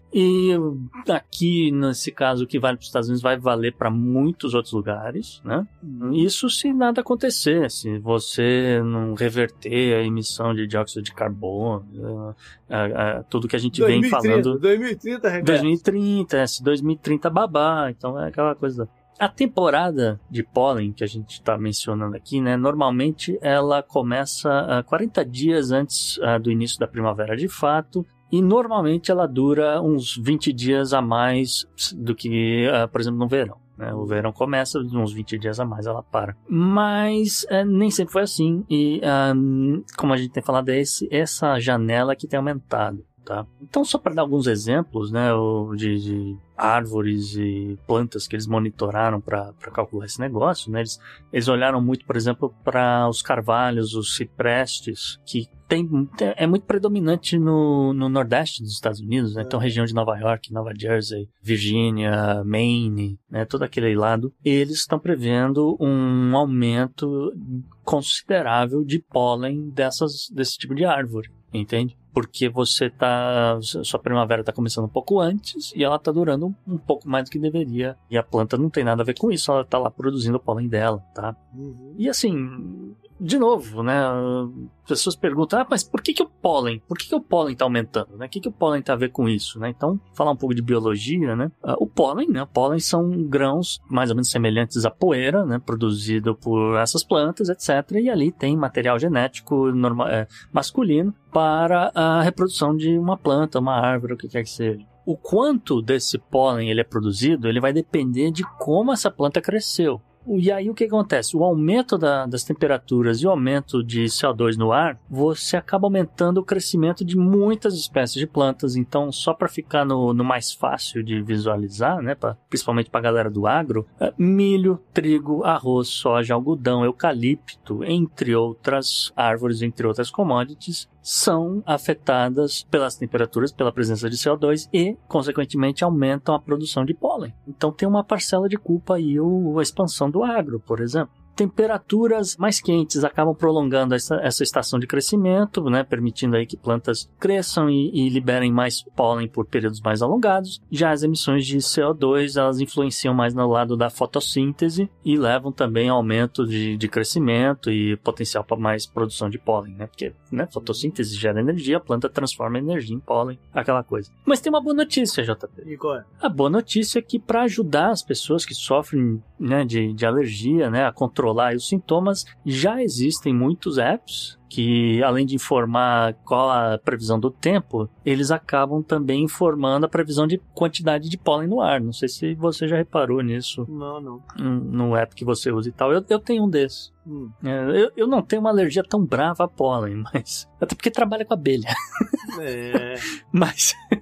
E aqui, nesse caso, o que vale para os Estados Unidos vai valer para muitos outros lugares, né? Isso se nada acontecer, se você não reverter a emissão de dióxido de carbono, a, a, a, tudo que a gente dois mil e vem trinta, falando... dois mil e trinta, reverso. dois mil e trinta, é, se dois mil e trinta babar, então é aquela coisa... A temporada de pólen que a gente está mencionando aqui, né, normalmente ela começa uh, quarenta dias antes uh, do início da primavera de fato, e normalmente ela dura uns vinte dias a mais do que, uh, por exemplo, no verão. Né? O verão começa, uns vinte dias a mais ela para. Mas uh, nem sempre foi assim, e uh, como a gente tem falado, é esse, essa janela que tem aumentado. Tá? Então, só para dar alguns exemplos, né, de, de árvores e plantas que eles monitoraram para calcular esse negócio, né, eles, eles olharam muito, por exemplo, para os carvalhos, os ciprestes, que tem, é muito predominante no, no Nordeste dos Estados Unidos, né? Então, região de Nova York, Nova Jersey, Virgínia, Maine, né, todo aquele lado, eles estão prevendo um aumento considerável de pólen dessas, desse tipo de árvore, entende? Porque você tá, sua primavera está começando um pouco antes e ela está durando um, um pouco mais do que deveria. E a planta não tem nada a ver com isso, ela está lá produzindo o pólen dela, tá? Uhum. E assim, de novo, né? As pessoas perguntam, ah, mas por que que o pólen? Por que que o pólen está aumentando, né? O que que o pólen tem a ver com isso, né? Então, falar um pouco de biologia, né? O pólen, né? O pólen são grãos mais ou menos semelhantes à poeira, né? Produzido por essas plantas, etcétera. E ali tem material genético normal, é, masculino para a reprodução de uma planta, uma árvore, o que quer que seja. O quanto desse pólen ele é produzido, ele vai depender de como essa planta cresceu. E aí o que acontece? O aumento da, das temperaturas e o aumento de C O dois no ar, você acaba aumentando o crescimento de muitas espécies de plantas. Então, só para ficar no, no mais fácil de visualizar, né, pra, principalmente para a galera do agro, é, milho, trigo, arroz, soja, algodão, eucalipto, entre outras árvores, entre outras commodities, são afetadas pelas temperaturas, pela presença de C O dois e, consequentemente, aumentam a produção de pólen. Então tem uma parcela de culpa aí o, a expansão do agro, por exemplo. Temperaturas mais quentes acabam prolongando essa, essa estação de crescimento, né, permitindo aí que plantas cresçam e, e liberem mais pólen por períodos mais alongados. Já as emissões de C O dois, elas influenciam mais no lado da fotossíntese e levam também ao aumento de, de crescimento e potencial para mais produção de pólen, né, porque, né, fotossíntese gera energia, a planta transforma energia em pólen, aquela coisa. Mas tem uma boa notícia, J P. E qual é? A boa notícia é que para ajudar as pessoas que sofrem, né, de, de alergia, né, a controlar os sintomas, já existem muitos apps que, além de informar qual a previsão do tempo, eles acabam também informando a previsão de quantidade de pólen no ar. Não sei se você já reparou nisso. Não, não. No app que você usa e tal. Eu, eu tenho um desses. Hum. É, eu, eu não tenho uma alergia tão brava a pólen, mas... Até porque trabalha com abelha. É... mas...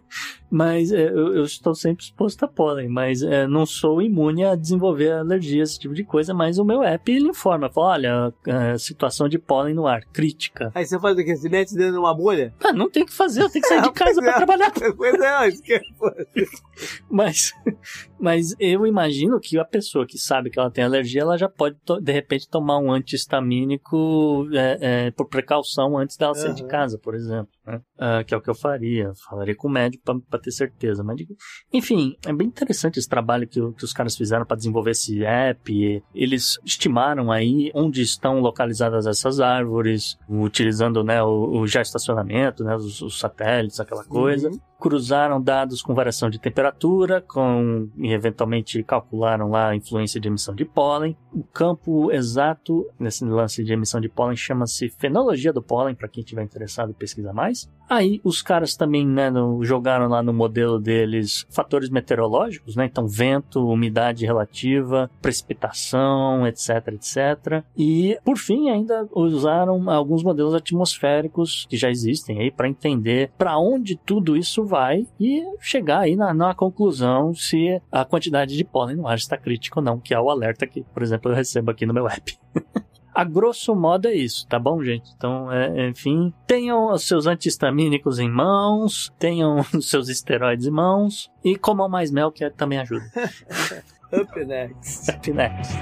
Mas é, eu, eu estou sempre exposto a pólen, mas é, não sou imune a desenvolver alergia, esse tipo de coisa, mas o meu app, ele informa, fala, olha, é, situação de pólen no ar, crítica. Aí você faz o quê? Se mete dentro de uma bolha? Ah, não tem o que fazer, eu tenho que sair de casa pra é, trabalhar. Pois é, isso que é... Mas, mas eu imagino que a pessoa que sabe que ela tem alergia, ela já pode, de repente, tomar um anti-histamínico é, é, por precaução antes dela sair uhum. de casa, por exemplo. Né? Uh, que é o que eu faria. Falaria com o médico pra, pra ter certeza. Mas, enfim, é bem interessante esse trabalho que, que os caras fizeram para desenvolver esse app. Eles estimaram aí onde estão localizadas essas árvores, utilizando, né, o, o já estacionamento, né, os, os satélites, aquela coisa. Uhum. Cruzaram dados com variação de temperatura, com, e eventualmente calcularam lá a influência de emissão de pólen. O campo exato nesse lance de emissão de pólen chama-se fenologia do pólen, para quem estiver interessado em pesquisar mais. Aí os caras também, né, no, jogaram lá no modelo deles fatores meteorológicos, né, então vento, umidade relativa, precipitação, etc, etc. E, por fim, ainda usaram alguns modelos atmosféricos que já existem aí para entender para onde tudo isso vai e chegar aí na, na conclusão se a quantidade de pólen no ar está crítica ou não, que é o alerta que, por exemplo, eu recebo aqui no meu app. A grosso modo é isso, tá bom, gente? Então, é, enfim, tenham os seus antihistamínicos em mãos, tenham os seus esteroides em mãos e comam mais mel, que também ajuda. Up next. Up next.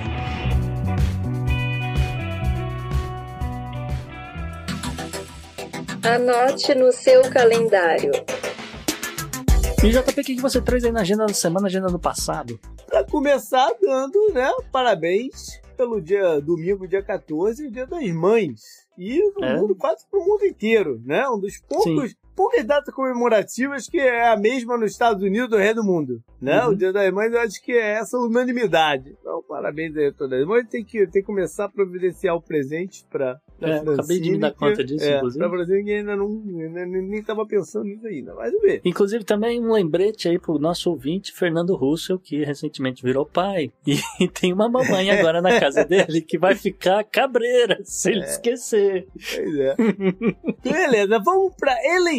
Anote no seu calendário. E J P, o que você traz aí na agenda da semana, agenda do passado? Pra começar, dando, né, parabéns pelo dia domingo, dia quatorze, o dia das mães. E no é. mundo, quase pro mundo inteiro, né? Um dos poucos, poucas datas comemorativas que é a mesma nos Estados Unidos e no resto do mundo, né? Uhum. O dia das mães, eu acho que é essa unanimidade. Então, parabéns aí a todas as mães. Tem que, tem que começar a providenciar o presente pra... É, acabei de me dar conta disso, é, inclusive. Pra Brasil, ninguém ainda não ainda, nem estava pensando nisso ainda, mas vamos ver. Inclusive, também um lembrete aí pro nosso ouvinte, Fernando Russell, que recentemente virou pai. E tem uma mamãe agora na casa dele que vai ficar cabreira se ele é. esquecer. Pois é. Beleza, vamos para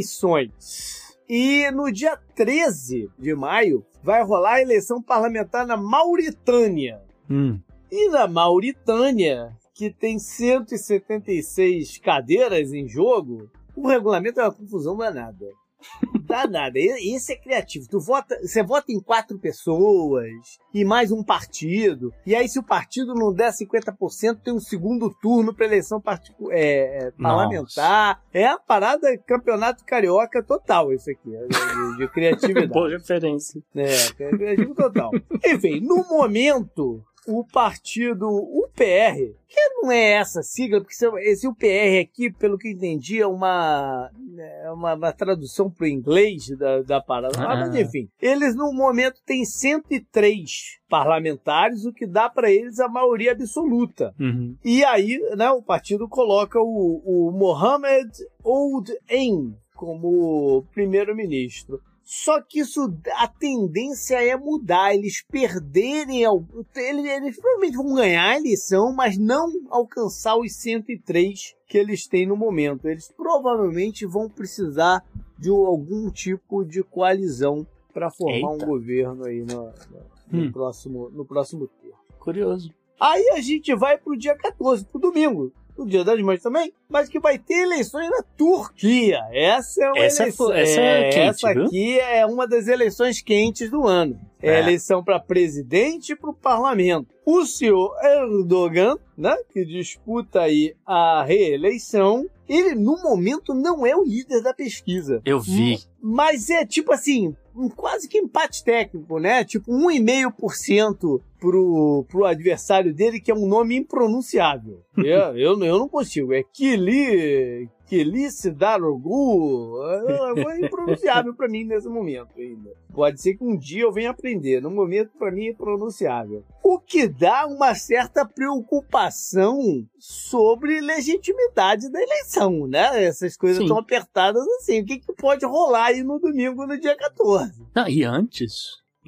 eleições. E no dia treze de maio vai rolar a eleição parlamentar na Mauritânia. Hum. E na Mauritânia, que tem cento e setenta e seis cadeiras em jogo, o regulamento é uma confusão danada. Danada. Esse é criativo. Tu vota, você vota em quatro pessoas e mais um partido. E aí, se o partido não der cinquenta por cento, tem um segundo turno para eleição particu- é, parlamentar. Nossa. É a parada campeonato carioca total, isso aqui. De, de criatividade. Boa referência. É, criativo total. Enfim, no momento, o partido U P R, que não é essa sigla, porque esse U P R aqui, pelo que eu entendi, é uma, é uma, uma tradução para o inglês da, da parada. Ah. Mas, enfim, eles no momento têm cento e três parlamentares, o que dá para eles a maioria absoluta. Uhum. E aí, né, o partido coloca o, o Mohamed Ould Ain como primeiro-ministro. Só que isso, a tendência é mudar, eles perderem, eles, eles provavelmente vão ganhar a eleição, mas não alcançar os cento e três que eles têm no momento. Eles provavelmente vão precisar de algum tipo de coalizão para formar Eita. um governo aí no, no, no, hum. próximo, no próximo termo. Curioso. Aí a gente vai pro dia quatorze, pro domingo. O Dia das Mães também, mas que vai ter eleições na Turquia. Essa é uma essa eleição. Essa, é quente, essa aqui viu? é uma das eleições quentes do ano. É, é a eleição para presidente e para o parlamento. O senhor Erdogan, né, que disputa aí a reeleição, ele no momento não é o líder da pesquisa. Eu vi. Mas é tipo assim, quase que empate técnico, né? Tipo um vírgula cinco por cento pro, pro adversário dele, que é um nome impronunciável. eu, eu, eu não consigo. É Kili... Kili Daroglu. É impronunciável para mim nesse momento ainda. Pode ser que um dia eu venha aprender. No momento, para mim, é pronunciável. O que dá uma certa preocupação sobre legitimidade da eleição, né? Essas coisas estão apertadas assim. O que, que pode rolar aí no domingo, no dia quatorze? Não, e antes...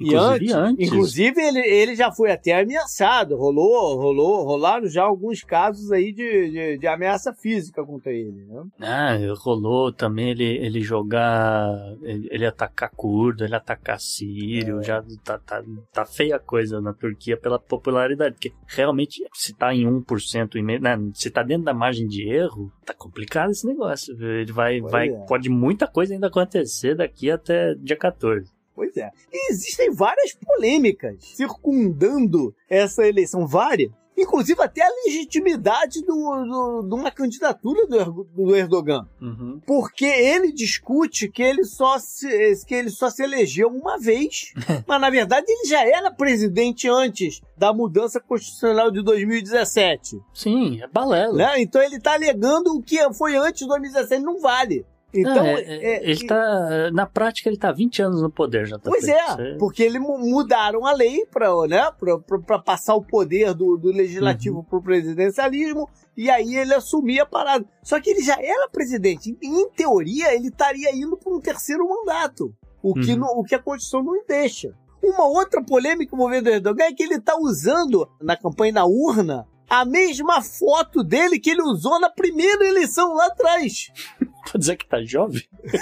Inclusive e antes, antes. Inclusive, ele, ele já foi até ameaçado. Rolou, rolou, rolaram já alguns casos aí de, de, de ameaça física contra ele, né? Ah, rolou também ele, ele jogar, ele, ele atacar curdo, ele atacar sírio, é. já tá, tá, tá feia a coisa na Turquia pela popularidade, porque realmente se tá em um por cento, e meio, né, se tá dentro da margem de erro, tá complicado esse negócio, ele vai, vai é. pode muita coisa ainda acontecer daqui até dia quatorze. Pois é. E existem várias polêmicas circundando essa eleição, várias. Inclusive até a legitimidade do, do, de uma candidatura do, do Erdogan. Uhum. Porque ele discute que ele, só se, que ele só se elegeu uma vez, mas na verdade ele já era presidente antes da mudança constitucional de dois mil e dezessete. Sim, é balela. Né? Então ele está alegando o que foi antes de dois mil e dezessete, não vale. Então, é, é, ele tá, na prática, ele tá há vinte anos no poder já. Tá pois é, Você... porque eles mudaram a lei para, né, passar o poder do, do legislativo uhum. para o presidencialismo, e aí ele assumia a parada. Só que ele já era presidente. Em teoria, ele estaria indo para um terceiro mandato, o que, uhum. no, o que a Constituição não deixa. Uma outra polêmica envolvendo o Erdogan é que ele está usando, na campanha na urna, a mesma foto dele que ele usou na primeira eleição lá atrás. Pode dizer que tá jovem?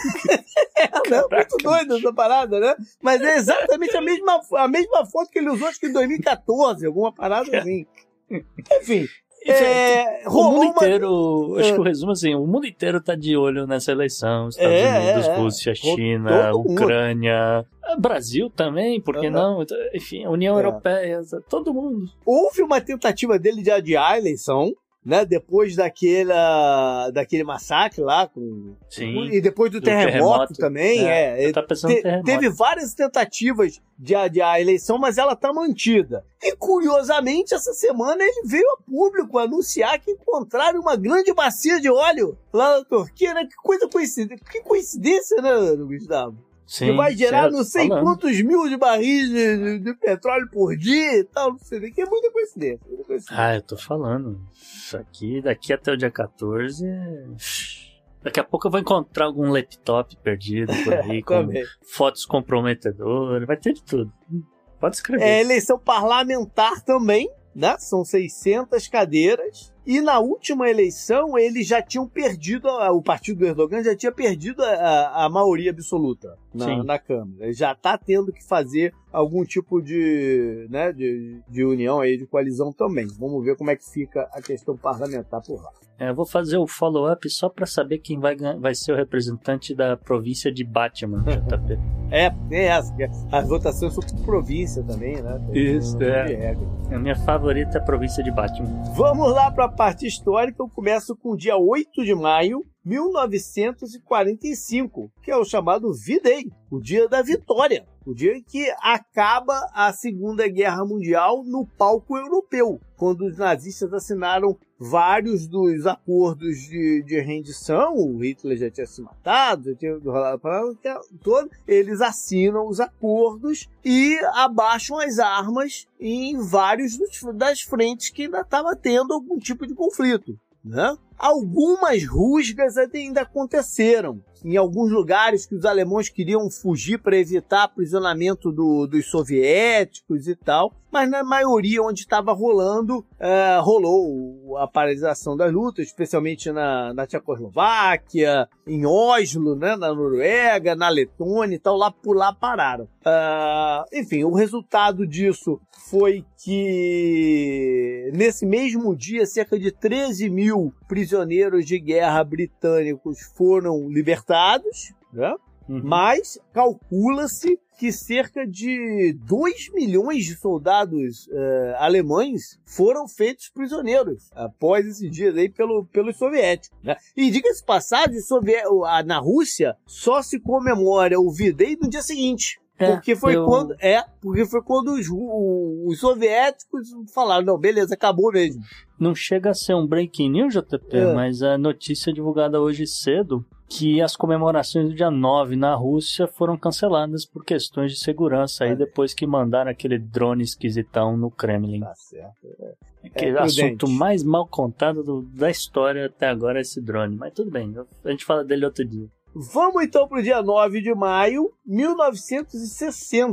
É, não, muito doido essa parada, né? Mas é exatamente a mesma, a mesma foto que ele usou, acho que em dois mil e catorze, alguma parada assim. Enfim. É, o mundo inteiro, uma... acho que o resumo assim, o mundo inteiro tá de olho nessa eleição, Estados é, Unidos, é, Rússia, China, Ucrânia, Brasil também, por que uhum. não? Enfim, a União é. Europeia, todo mundo. Houve uma tentativa dele de adiar a eleição, né, depois daquela, daquele massacre lá, com, Sim, e depois do, do terremoto, terremoto também, é, é tá pensando te, terremoto. Teve várias tentativas de adiar a eleição, mas ela tá mantida. E curiosamente, essa semana ele veio a público anunciar que encontraram uma grande bacia de óleo lá na Turquia, né? Que coisa coincidência, que coincidência, né, Gustavo? Sim, que vai gerar certo, não sei falando. quantos mil de barris de, de, de petróleo por dia e tal, não sei, que é muita coincidência, muita coincidência. Ah, eu tô falando. Isso aqui, daqui até o dia quatorze, daqui a pouco eu vou encontrar algum laptop perdido por aí, com fotos comprometedoras, vai ter de tudo. Pode escrever. É eleição parlamentar também, né? São seiscentas cadeiras. E na última eleição, eles já tinham perdido, a, o partido do Erdogan já tinha perdido a, a maioria absoluta na, na Câmara. Ele já está tendo que fazer algum tipo de, né, de, de união, aí, de coalizão também. Vamos ver como é que fica a questão parlamentar por lá. É, eu vou fazer o follow-up só para saber quem vai, vai ser o representante da província de Batman, J P. É, tem essa. As votações são por província também, né? Tem Isso, é. A minha favorita é a província de Batman. Vamos lá para a parte histórica. Eu começo com o dia oito de maio de mil novecentos e quarenta e cinco, que é o chamado V-Day, o dia da vitória. O dia em que acaba a Segunda Guerra Mundial no palco europeu, quando os nazistas assinaram vários dos acordos de, de rendição. O Hitler já tinha se matado, já tinha rolado todo. Eles assinam os acordos e abaixam as armas em vários dos, das frentes que ainda estava tendo algum tipo de conflito, né? Algumas rusgas ainda aconteceram em alguns lugares que os alemães queriam fugir para evitar aprisionamento do, dos soviéticos e tal, mas na maioria onde estava rolando, uh, rolou a paralisação das lutas, especialmente na, na Tchecoslováquia, em Oslo, né, na Noruega, na Letônia e tal, lá por lá pararam. Uh, enfim, o resultado disso foi que nesse mesmo dia cerca de treze mil prisioneiros de guerra britânicos foram libertados, né? Uhum. Mas calcula-se que cerca de dois milhões de soldados uh, alemães foram feitos prisioneiros após esse dia aí pelo, pelos soviéticos, né? E diga-se passagem, na Rússia só se comemora o V-Day no dia seguinte. É, porque foi eu... quando é, porque foi quando os, os soviéticos falaram, não, beleza, acabou mesmo. Não chega a ser um breaking news, J P, é. Mas a notícia divulgada hoje cedo que as comemorações do dia nove na Rússia foram canceladas por questões de segurança, aí depois que mandaram aquele drone esquisitão no Kremlin. Tá certo. É, é, é assunto mais mal contado do, da história até agora é esse drone, mas tudo bem, a gente fala dele outro dia. Vamos então para o dia nove de maio de mil novecentos e sessenta.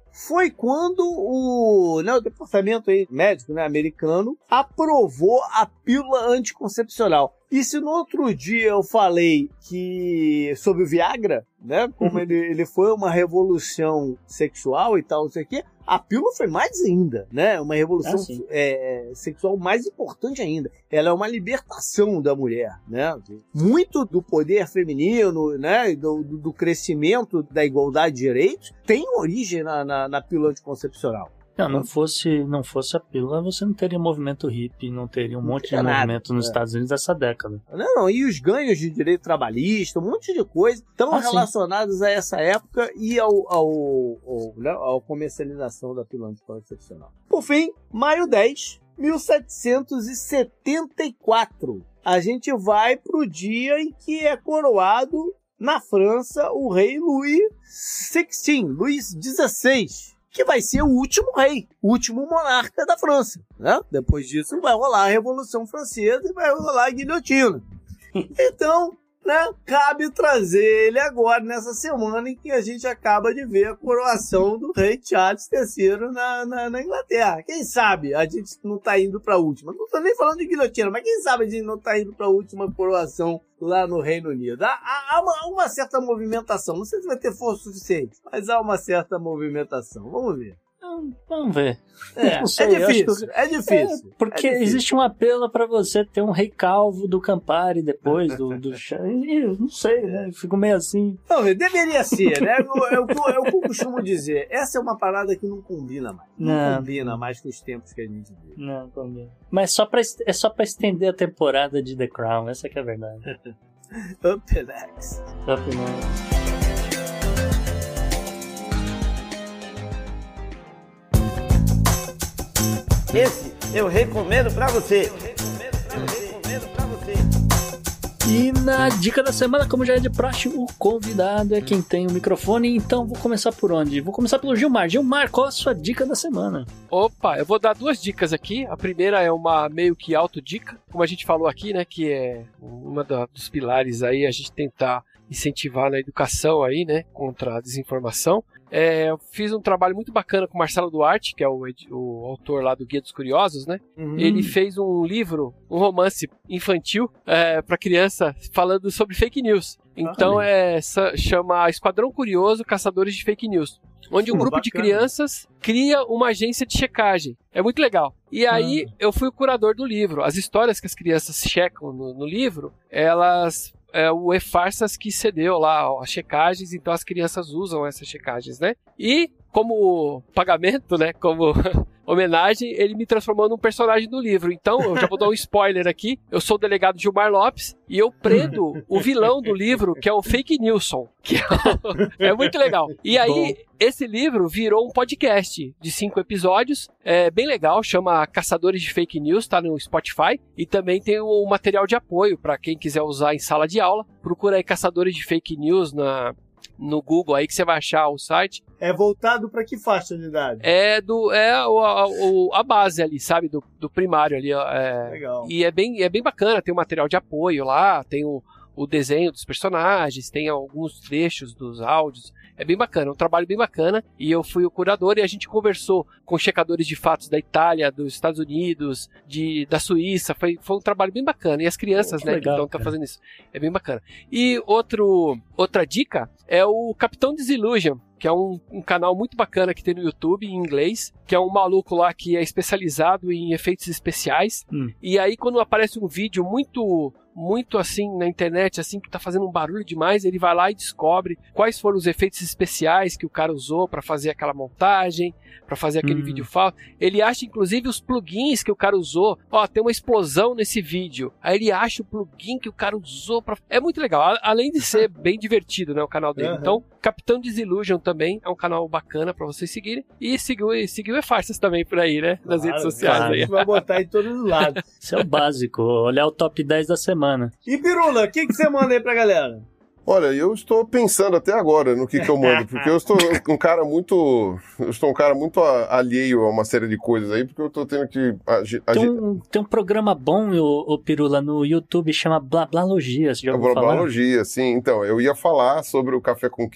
foi quando o, né, o departamento aí, médico, né, americano aprovou a pílula anticoncepcional. E se no outro dia eu falei que sobre o Viagra, né, como uhum. ele, ele foi uma revolução sexual e tal, não sei o quê, a pílula foi mais ainda, né, uma revolução ah, é, sexual mais importante ainda. Ela é uma libertação da mulher, né, muito do poder feminino, né, do, do crescimento da igualdade de direitos tem origem na, na, na pílula anticoncepcional. Não, não fosse, não fosse a pílula, você não teria movimento hippie, não teria um não monte teria de nada, movimento nos é. Estados Unidos dessa década. Não, não, e os ganhos de direito trabalhista, um monte de coisa, estão ah, relacionados sim. a essa época e ao, ao, ao, né, à comercialização da pílula anticoncepcional. Por fim, maio dez, mil setecentos e setenta e quatro, a gente vai para o dia em que é coroado na França o rei Louis sexteen, Luís dezesseis. Que vai ser o último rei, o último monarca da França, né? Depois disso vai rolar a Revolução Francesa e vai rolar a guilhotina. Então, né, cabe trazer ele agora, nessa semana em que a gente acaba de ver a coroação do rei Charles terceiro na, na, na Inglaterra. Quem sabe a gente não tá indo para a última. Não tô nem falando de guilhotina, mas quem sabe a gente não tá indo para a última coroação lá no Reino Unido. Há, há, uma, há uma certa movimentação. Não sei se vai ter força suficiente, mas há uma certa movimentação. Vamos ver. Vamos ver. É, sei, é difícil, que... é difícil. É, porque é difícil. Existe um apelo para você ter um rei calvo do Campari depois do, do chá. Não sei, né? Fico meio assim. Não, deveria ser, né? É o que eu costumo dizer. Essa é uma parada que não combina mais. Não, não combina mais com os tempos que a gente vive. Não combina. Mas só pra, é só pra estender a temporada de The Crown. Essa que é a verdade. Up next. Up next. Esse eu recomendo pra você. E na dica da semana, como já é de praxe, o convidado é quem tem o microfone. Então vou começar por onde? Vou começar pelo Gilmar. Gilmar, qual a sua dica da semana? Opa, eu vou dar duas dicas aqui. A primeira é uma meio que autodica, como a gente falou aqui, né? Que é uma dos pilares aí, a gente tentar incentivar na educação aí, né? Contra a desinformação. É, eu fiz um trabalho muito bacana com o Marcelo Duarte, que é o, o autor lá do Guia dos Curiosos, né? Uhum. Ele fez um livro, um romance infantil é, para criança, falando sobre fake news. Então, ah, é, chama Esquadrão Curioso Caçadores de Fake News, onde um grupo bacana. de crianças cria uma agência de checagem. É muito legal. E aí, ah. eu fui o curador do livro. As histórias que as crianças checam no, no livro, elas... É o E-Farsas que cedeu lá as checagens, então as crianças usam essas checagens, né? E como pagamento, né? Como homenagem, ele me transformou num personagem do livro. Então, eu já vou dar um spoiler aqui. Eu sou o delegado Gilmar Lopes e eu prendo o vilão do livro, que é o Fake Nilson. Que é, o... é muito legal. E aí, Bom. esse livro virou um podcast de cinco episódios. É bem legal, chama Caçadores de Fake News, tá no Spotify. E também tem o material de apoio para quem quiser usar em sala de aula. Procura aí Caçadores de Fake News na... no Google aí que você vai achar o site. É voltado para que faixa de idade? É, do, é a, a, a base ali, sabe? Do, do primário ali. É, Legal. E é bem, é bem bacana, tem o material de apoio lá, tem o, o desenho dos personagens, tem alguns trechos dos áudios. É bem bacana, é um trabalho bem bacana. E eu fui o curador e a gente conversou com checadores de fatos da Itália, dos Estados Unidos, de, da Suíça. Foi, foi um trabalho bem bacana. E as crianças, oh, que né, legal, que estão fazendo isso. É bem bacana. E outro, outra dica é o Capitão Disillusion, que é um, um canal muito bacana que tem no YouTube, em inglês, que é um maluco lá que é especializado em efeitos especiais. Hum. E aí, quando aparece um vídeo muito... muito assim na internet, assim, que tá fazendo um barulho demais, ele vai lá e descobre quais foram os efeitos especiais que o cara usou para fazer aquela montagem, para fazer aquele hum. vídeo falso. Ele acha inclusive os plugins que o cara usou. Ó, tem uma explosão nesse vídeo. Aí ele acha o plugin que o cara usou para... É muito legal, além de ser bem divertido, né, o canal dele. Uhum. Então, Capitão Disillusion também é um canal bacana para vocês seguirem. E seguiu seguiu o E-Farsas também por aí, né, nas claro, redes sociais. Claro, aí. A gente vai botar em todos os lados. Isso é o básico, olhar o top dez da semana. E Pirula, o que, que você manda aí pra galera? Olha, eu estou pensando até agora no que, que eu mando, porque eu estou um cara muito. Eu estou um cara muito alheio a uma série de coisas aí, porque eu estou tendo que. Agi, agi... Tem, um, tem um programa bom, o, o Pirula, no YouTube, chama Blablalogia. Você já ouviu falar? Blablalogia, sim. Então, eu ia falar sobre o Café com Quê,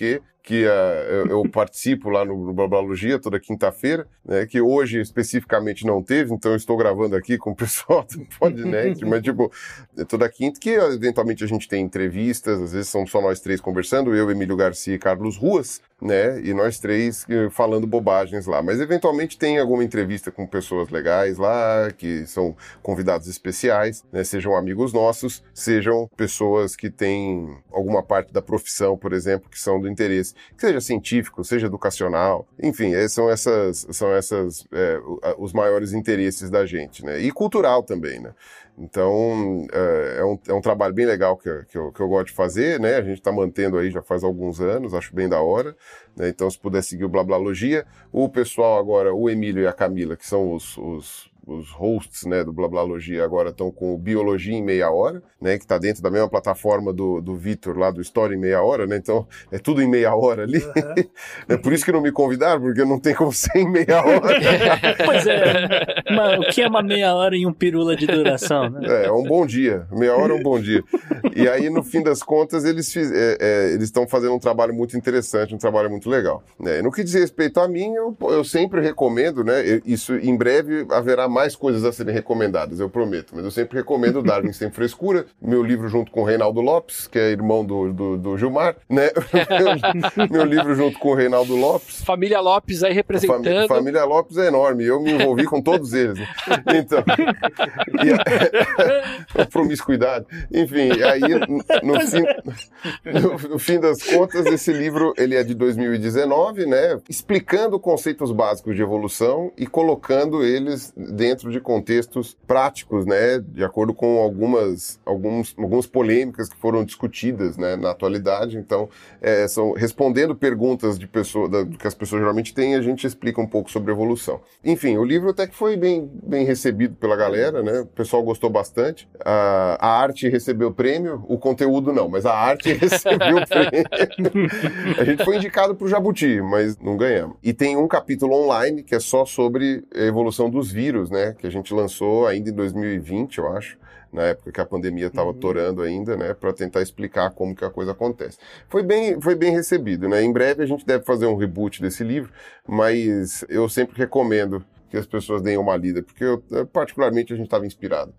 que uh, eu, eu participo lá no, no Blablalogia toda quinta-feira, né, que hoje especificamente não teve, então eu estou gravando aqui com o pessoal do Podnext, mas tipo, toda quinta, que eventualmente a gente tem entrevistas, às vezes são só nós três conversando, eu, Emílio Garcia e Carlos Ruas, né, e nós três falando bobagens lá, mas eventualmente tem alguma entrevista com pessoas legais lá, que são convidados especiais, né, sejam amigos nossos, sejam pessoas que têm alguma parte da profissão, por exemplo, que são do interesse, que seja científico, seja educacional, enfim, são essas, são essas é, os maiores interesses da gente, né, e cultural também, né. Então, é, é, um, é um trabalho bem legal que, que, eu, que eu gosto de fazer, né? A gente está mantendo aí já faz alguns anos, acho bem da hora, né? Então, se puder seguir o Blablalogia, o pessoal agora, o Emílio e a Camila, que são os, os, os hosts, né, do Blablalogia, agora estão com o Biologia em Meia Hora, né? Que está dentro da mesma plataforma do, do Vitor lá, do História em Meia Hora, né? Então, é tudo em meia hora ali. Uhum. É por isso que não me convidaram, porque não tem como ser em meia hora. Pois é, uma, o que é uma meia hora em um pirula de duração? É, é um bom dia. Meia hora é um bom dia. E aí, no fim das contas, eles fiz, é, é, eles estão fazendo um trabalho muito interessante, um trabalho muito legal. É, no que diz respeito a mim, eu, eu sempre recomendo, né? Isso, em breve, haverá mais coisas a serem recomendadas, eu prometo. Mas eu sempre recomendo Darwin Sem Frescura, meu livro junto com o Reinaldo Lopes, que é irmão do, do, do Gilmar, né? meu, meu livro junto com o Reinaldo Lopes. Família Lopes aí representando. Fam, família Lopes é enorme, eu me envolvi com todos eles. Né? Então... E, promiscuidade. Enfim, aí no, no, fim, no, no fim das contas, esse livro ele é de dois mil e dezenove, né? Explicando conceitos básicos de evolução e colocando eles dentro de contextos práticos, né? De acordo com algumas, alguns, algumas polêmicas que foram discutidas, né, na atualidade. Então, é, são, respondendo perguntas de pessoa, da, que as pessoas geralmente têm, a gente explica um pouco sobre evolução. Enfim, o livro até que foi bem, bem recebido pela galera, né? O pessoal gostou bastante. A, a arte recebeu o prêmio, o conteúdo não, mas a arte recebeu o prêmio. A gente foi indicado pro Jabuti, mas não ganhamos. E tem um capítulo online que é só sobre a evolução dos vírus, né? Que a gente lançou ainda em dois mil e vinte, eu acho. Na época que a pandemia estava uhum. torando ainda, né, para tentar explicar como que a coisa acontece. Foi bem, foi bem recebido, né? Em breve a gente deve fazer um reboot desse livro, mas eu sempre recomendo que as pessoas deem uma lida, porque eu, particularmente a gente estava inspirado.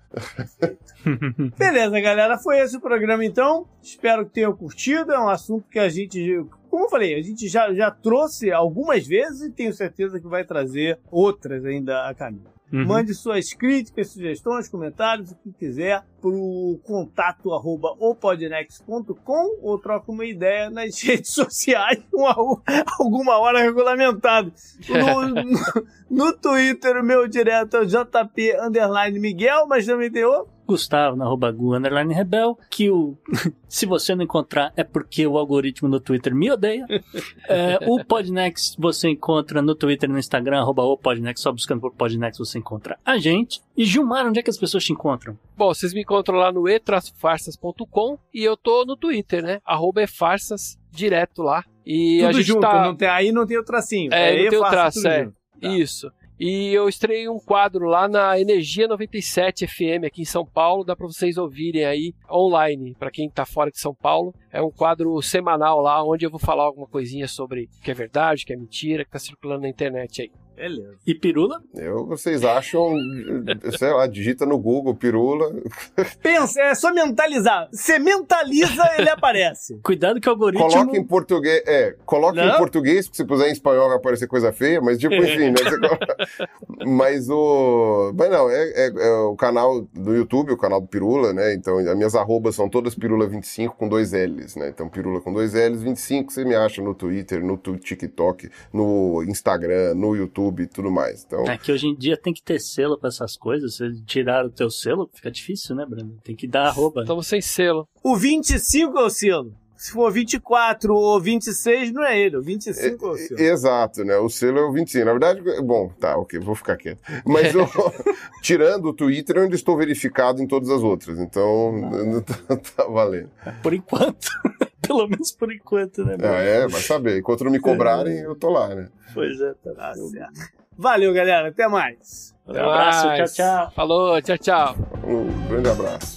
Beleza, galera, foi esse o programa então. Espero que tenham curtido. É um assunto que a gente, como eu falei, a gente já, já trouxe algumas vezes e tenho certeza que vai trazer outras ainda a caminho. Uhum. Mande suas críticas, sugestões, comentários, o que quiser, pro contato arroba o podnext ponto com ou troca uma ideia nas redes sociais com alguma hora regulamentada. No, no, no Twitter, o meu direto é o J P underline Miguel, mas também tem o Gustavo, na arroba Gu, underline Rebel, que o, se você não encontrar é porque o algoritmo no Twitter me odeia. É, o Podnext você encontra no Twitter e no Instagram, arroba o Podnext, só buscando por Podnext você encontra a gente. E Gilmar, onde é que as pessoas te encontram? Bom, vocês me encontram lá no e farsas ponto com e eu tô no Twitter, né, arroba efarsas, direto lá. E tudo a gente junto, tá... não tem, aí não tem o tracinho. É, é não tem o traço, é. Tá. Isso. E eu estrei um quadro lá na Energia noventa e sete F M aqui em São Paulo, dá para vocês ouvirem aí online, para quem tá fora de São Paulo. É um quadro semanal lá, onde eu vou falar alguma coisinha sobre o que é verdade, o que é mentira, que tá circulando na internet aí. Beleza. E Pirula? Eu, vocês acham, sei lá, digita no Google Pirula. Pensa, é só mentalizar. Você mentaliza, ele aparece. Cuidado que o algoritmo... Coloque em português, é, coloque Não? em português, porque se puser em espanhol vai aparecer coisa feia, mas tipo, enfim, né? Você... Mas o... Mas não, é, é, é o canal do YouTube, o canal do Pirula, né? Então, as minhas arrobas são todas Pirula vinte e cinco com dois L's, né? Então, Pirula com dois L's, vinte e cinco, você me acha no Twitter, no TikTok, no Instagram, no YouTube e tudo mais. Então... É que hoje em dia tem que ter selo pra essas coisas. Se tirar o teu selo, fica difícil, né, Bruno? Tem que dar arroba. Estamos sem selo. O vinte e cinco é o selo. Se for vinte e quatro ou vinte e seis, não é ele. O vinte e cinco é, é o selo. Exato, né? O selo é o vinte e cinco. Na verdade, bom, tá, ok, vou ficar quieto. Mas eu, tirando o Twitter, eu ainda estou verificado em todas as outras. Então, tá, tá valendo. Por enquanto. Pelo menos por enquanto, né? Ah, é, vai saber. Enquanto não me cobrarem, eu tô lá, né? Pois é, tá, tá certo. Valeu, galera. Até mais. Até um abraço. Tchau, tchau. Falou, tchau, tchau. Um grande abraço.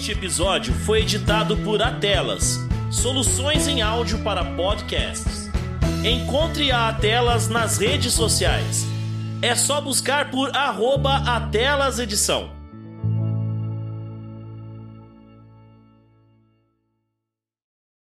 Este episódio foi editado por Atelas, soluções em áudio para podcasts. Encontre a Atelas nas redes sociais. É só buscar por arroba Atelas Edição.